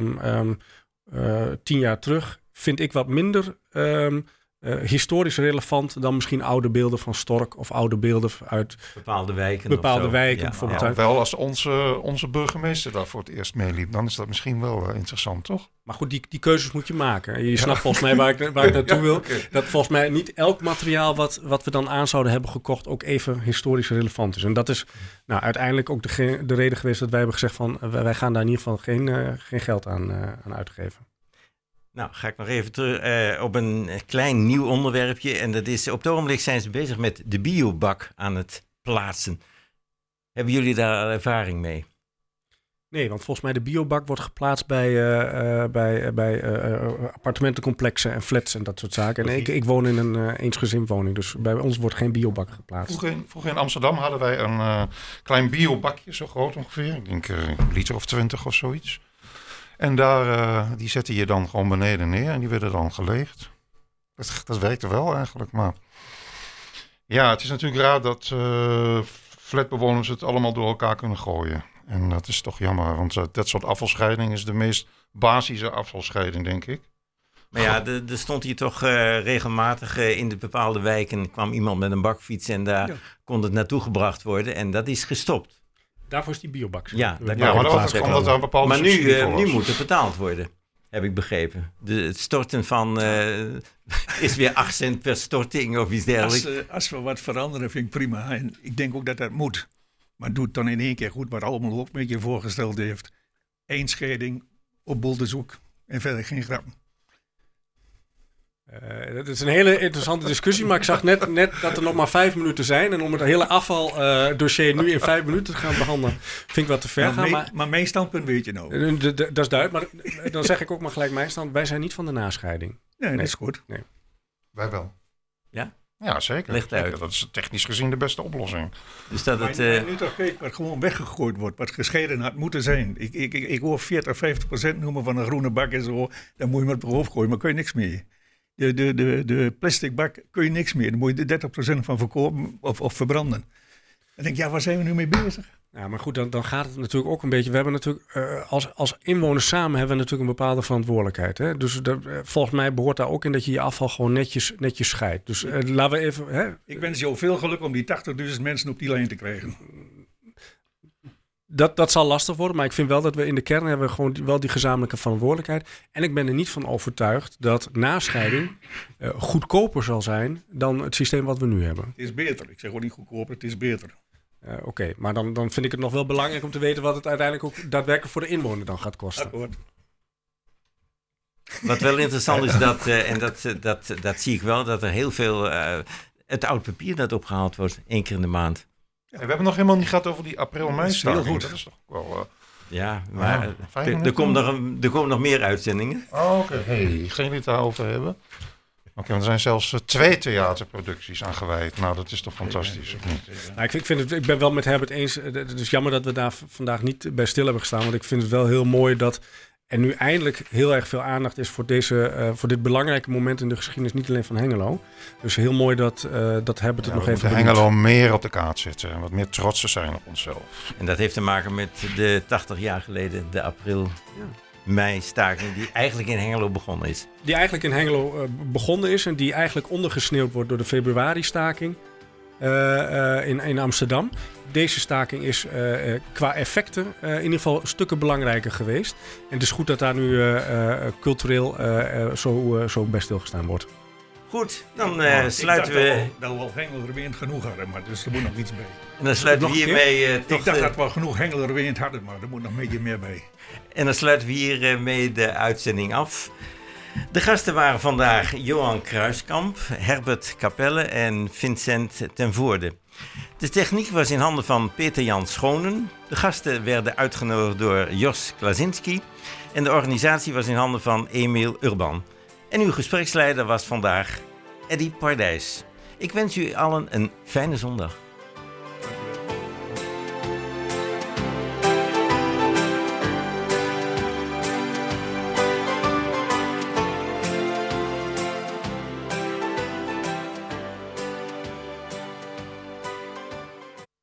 10 jaar terug vind ik wat minder historisch relevant dan misschien oude beelden van Stork of oude beelden uit bepaalde wijken. Bijvoorbeeld uit. Wel als onze burgemeester daar voor het eerst meeliep, dan is dat misschien wel interessant, toch? Maar goed, die keuzes moet je maken. Je snapt volgens mij waar ik naartoe wil. Okay. Dat volgens mij niet elk materiaal wat we dan aan zouden hebben gekocht ook even historisch relevant is. En dat is uiteindelijk ook de reden geweest dat wij hebben gezegd van wij gaan daar in ieder geval geen geld aan uitgeven. Nou, ga ik nog even terug op een klein nieuw onderwerpje. En dat is, op het ogenblik zijn ze bezig met de biobak aan het plaatsen. Hebben jullie daar ervaring mee? Nee, want volgens mij de biobak wordt geplaatst bij appartementencomplexen en flats en dat soort zaken. En ik woon in een eensgezinwoning, dus bij ons wordt geen biobak geplaatst. Vroeger in Amsterdam hadden wij een klein biobakje, zo groot ongeveer. Ik denk een liter of 20 of zoiets. En daar, die zette je dan gewoon beneden neer en die werden dan geleegd. Dat werkte wel eigenlijk, maar ja, het is natuurlijk raar dat flatbewoners het allemaal door elkaar kunnen gooien. En dat is toch jammer, want dat soort afvalscheiding is de meest basische afvalscheiding, denk ik. Maar ja, er stond hier toch regelmatig in de bepaalde wijken kwam iemand met een bakfiets en daar kon het naartoe gebracht worden en dat is gestopt. Daarvoor is die biobak. Ja, maar dat was omdat daar een bepaalde maar nu moet het betaald worden. heb ik begrepen. Het storten van is weer 8 cent per storting of iets dergelijks. Als we wat veranderen, vind ik prima. En ik denk ook dat dat moet. Maar doe het dan in één keer goed, wat Almelo ook een beetje voorgesteld heeft. 1 scheiding op Boldezoek en verder geen grappen. Dat is een hele interessante discussie, maar ik zag net dat er nog maar 5 minuten zijn. En om het hele afvaldossier nu in 5 minuten te gaan behandelen, vind ik wat te ver gaan. Maar mijn standpunt weet je nou. Dat is duidelijk, maar dan zeg ik ook maar gelijk mijn stand. Wij zijn niet van de nascheiding. Nee, dat is goed. Nee. Wij wel. Ja? Ja, zeker. Ligt uit. Zeker. Dat is technisch gezien de beste oplossing. Dus dat Maar het, nu toch kijk, wat gewoon weggegooid wordt, wat gescheiden had moeten zijn. Ik hoor 40-50% noemen van een groene bak en zo. Dan moet je maar op je hoofd gooien, maar kun je niks mee. De plastic bak kun je niks meer. Dan moet je er 30% van verkopen of verbranden. Dan denk ik, ja, waar zijn we nu mee bezig? Ja, maar goed, dan gaat het natuurlijk ook een beetje. We hebben natuurlijk, als inwoners samen hebben we natuurlijk een bepaalde verantwoordelijkheid. Hè? Dus volgens mij behoort daar ook in dat je je afval gewoon netjes scheidt. Dus laten we even... Hè? Ik wens jou veel geluk om die 80.000 mensen op die lijn te krijgen. Dat zal lastig worden, maar ik vind wel dat we in de kern hebben gewoon wel die gezamenlijke verantwoordelijkheid. En ik ben er niet van overtuigd dat nascheiding goedkoper zal zijn dan het systeem wat we nu hebben. Het is beter. Ik zeg ook niet goedkoper, het is beter. Oké, maar dan vind ik het nog wel belangrijk om te weten wat het uiteindelijk ook daadwerkelijk voor de inwoner dan gaat kosten. Akkoord. wat wel interessant is, en dat zie ik wel, dat er heel veel het oud papier dat opgehaald wordt, 1 keer in de maand. Ja, we hebben nog helemaal niet gehad over die april-mei staking. heel goed. Dat is toch wel... Ja, maar fijn er komen nog meer uitzendingen. Oh, oké. Hey, geen die het daarover hebben. Oké, want er zijn zelfs 2 theaterproducties aan gewijd. Nou, dat is toch fantastisch, of niet? Nou, ik ben wel met Herbert eens. Het is jammer dat we daar vandaag niet bij stil hebben gestaan. Want ik vind het wel heel mooi dat er nu eindelijk heel erg veel aandacht is voor dit belangrijke moment in de geschiedenis. Niet alleen van Hengelo. Dus heel mooi dat Herbert het nog even benoemt. Hengelo meer op de kaart zetten. En wat meer trots te zijn op onszelf. En dat heeft te maken met de 80 jaar geleden, de april-mei-staking, die eigenlijk in Hengelo begonnen is. Die eigenlijk in Hengelo begonnen is en die eigenlijk ondergesneeuwd wordt door de februari-staking in Amsterdam. Deze staking is qua effecten in ieder geval stukken belangrijker geweest. En het is goed dat daar nu cultureel zo bij stilgestaan wordt. Goed, dan sluiten we... Dat we al Hengelerweend genoeg hadden, maar dus er moet nog iets bij. En dan sluiten we hiermee Ik dacht dat we al genoeg Hengelerweend hadden, maar er moet nog een beetje meer bij. En dan sluiten we hiermee de uitzending af. De gasten waren vandaag Johan Kruiskamp, Herbert Capelle en Vincent ten Voorde. De techniek was in handen van Peter-Jan Schonen. De gasten werden uitgenodigd door Jos Klasinski. En de organisatie was in handen van Emiel Urban. En uw gespreksleider was vandaag Eddy Pardijs. Ik wens u allen een fijne zondag.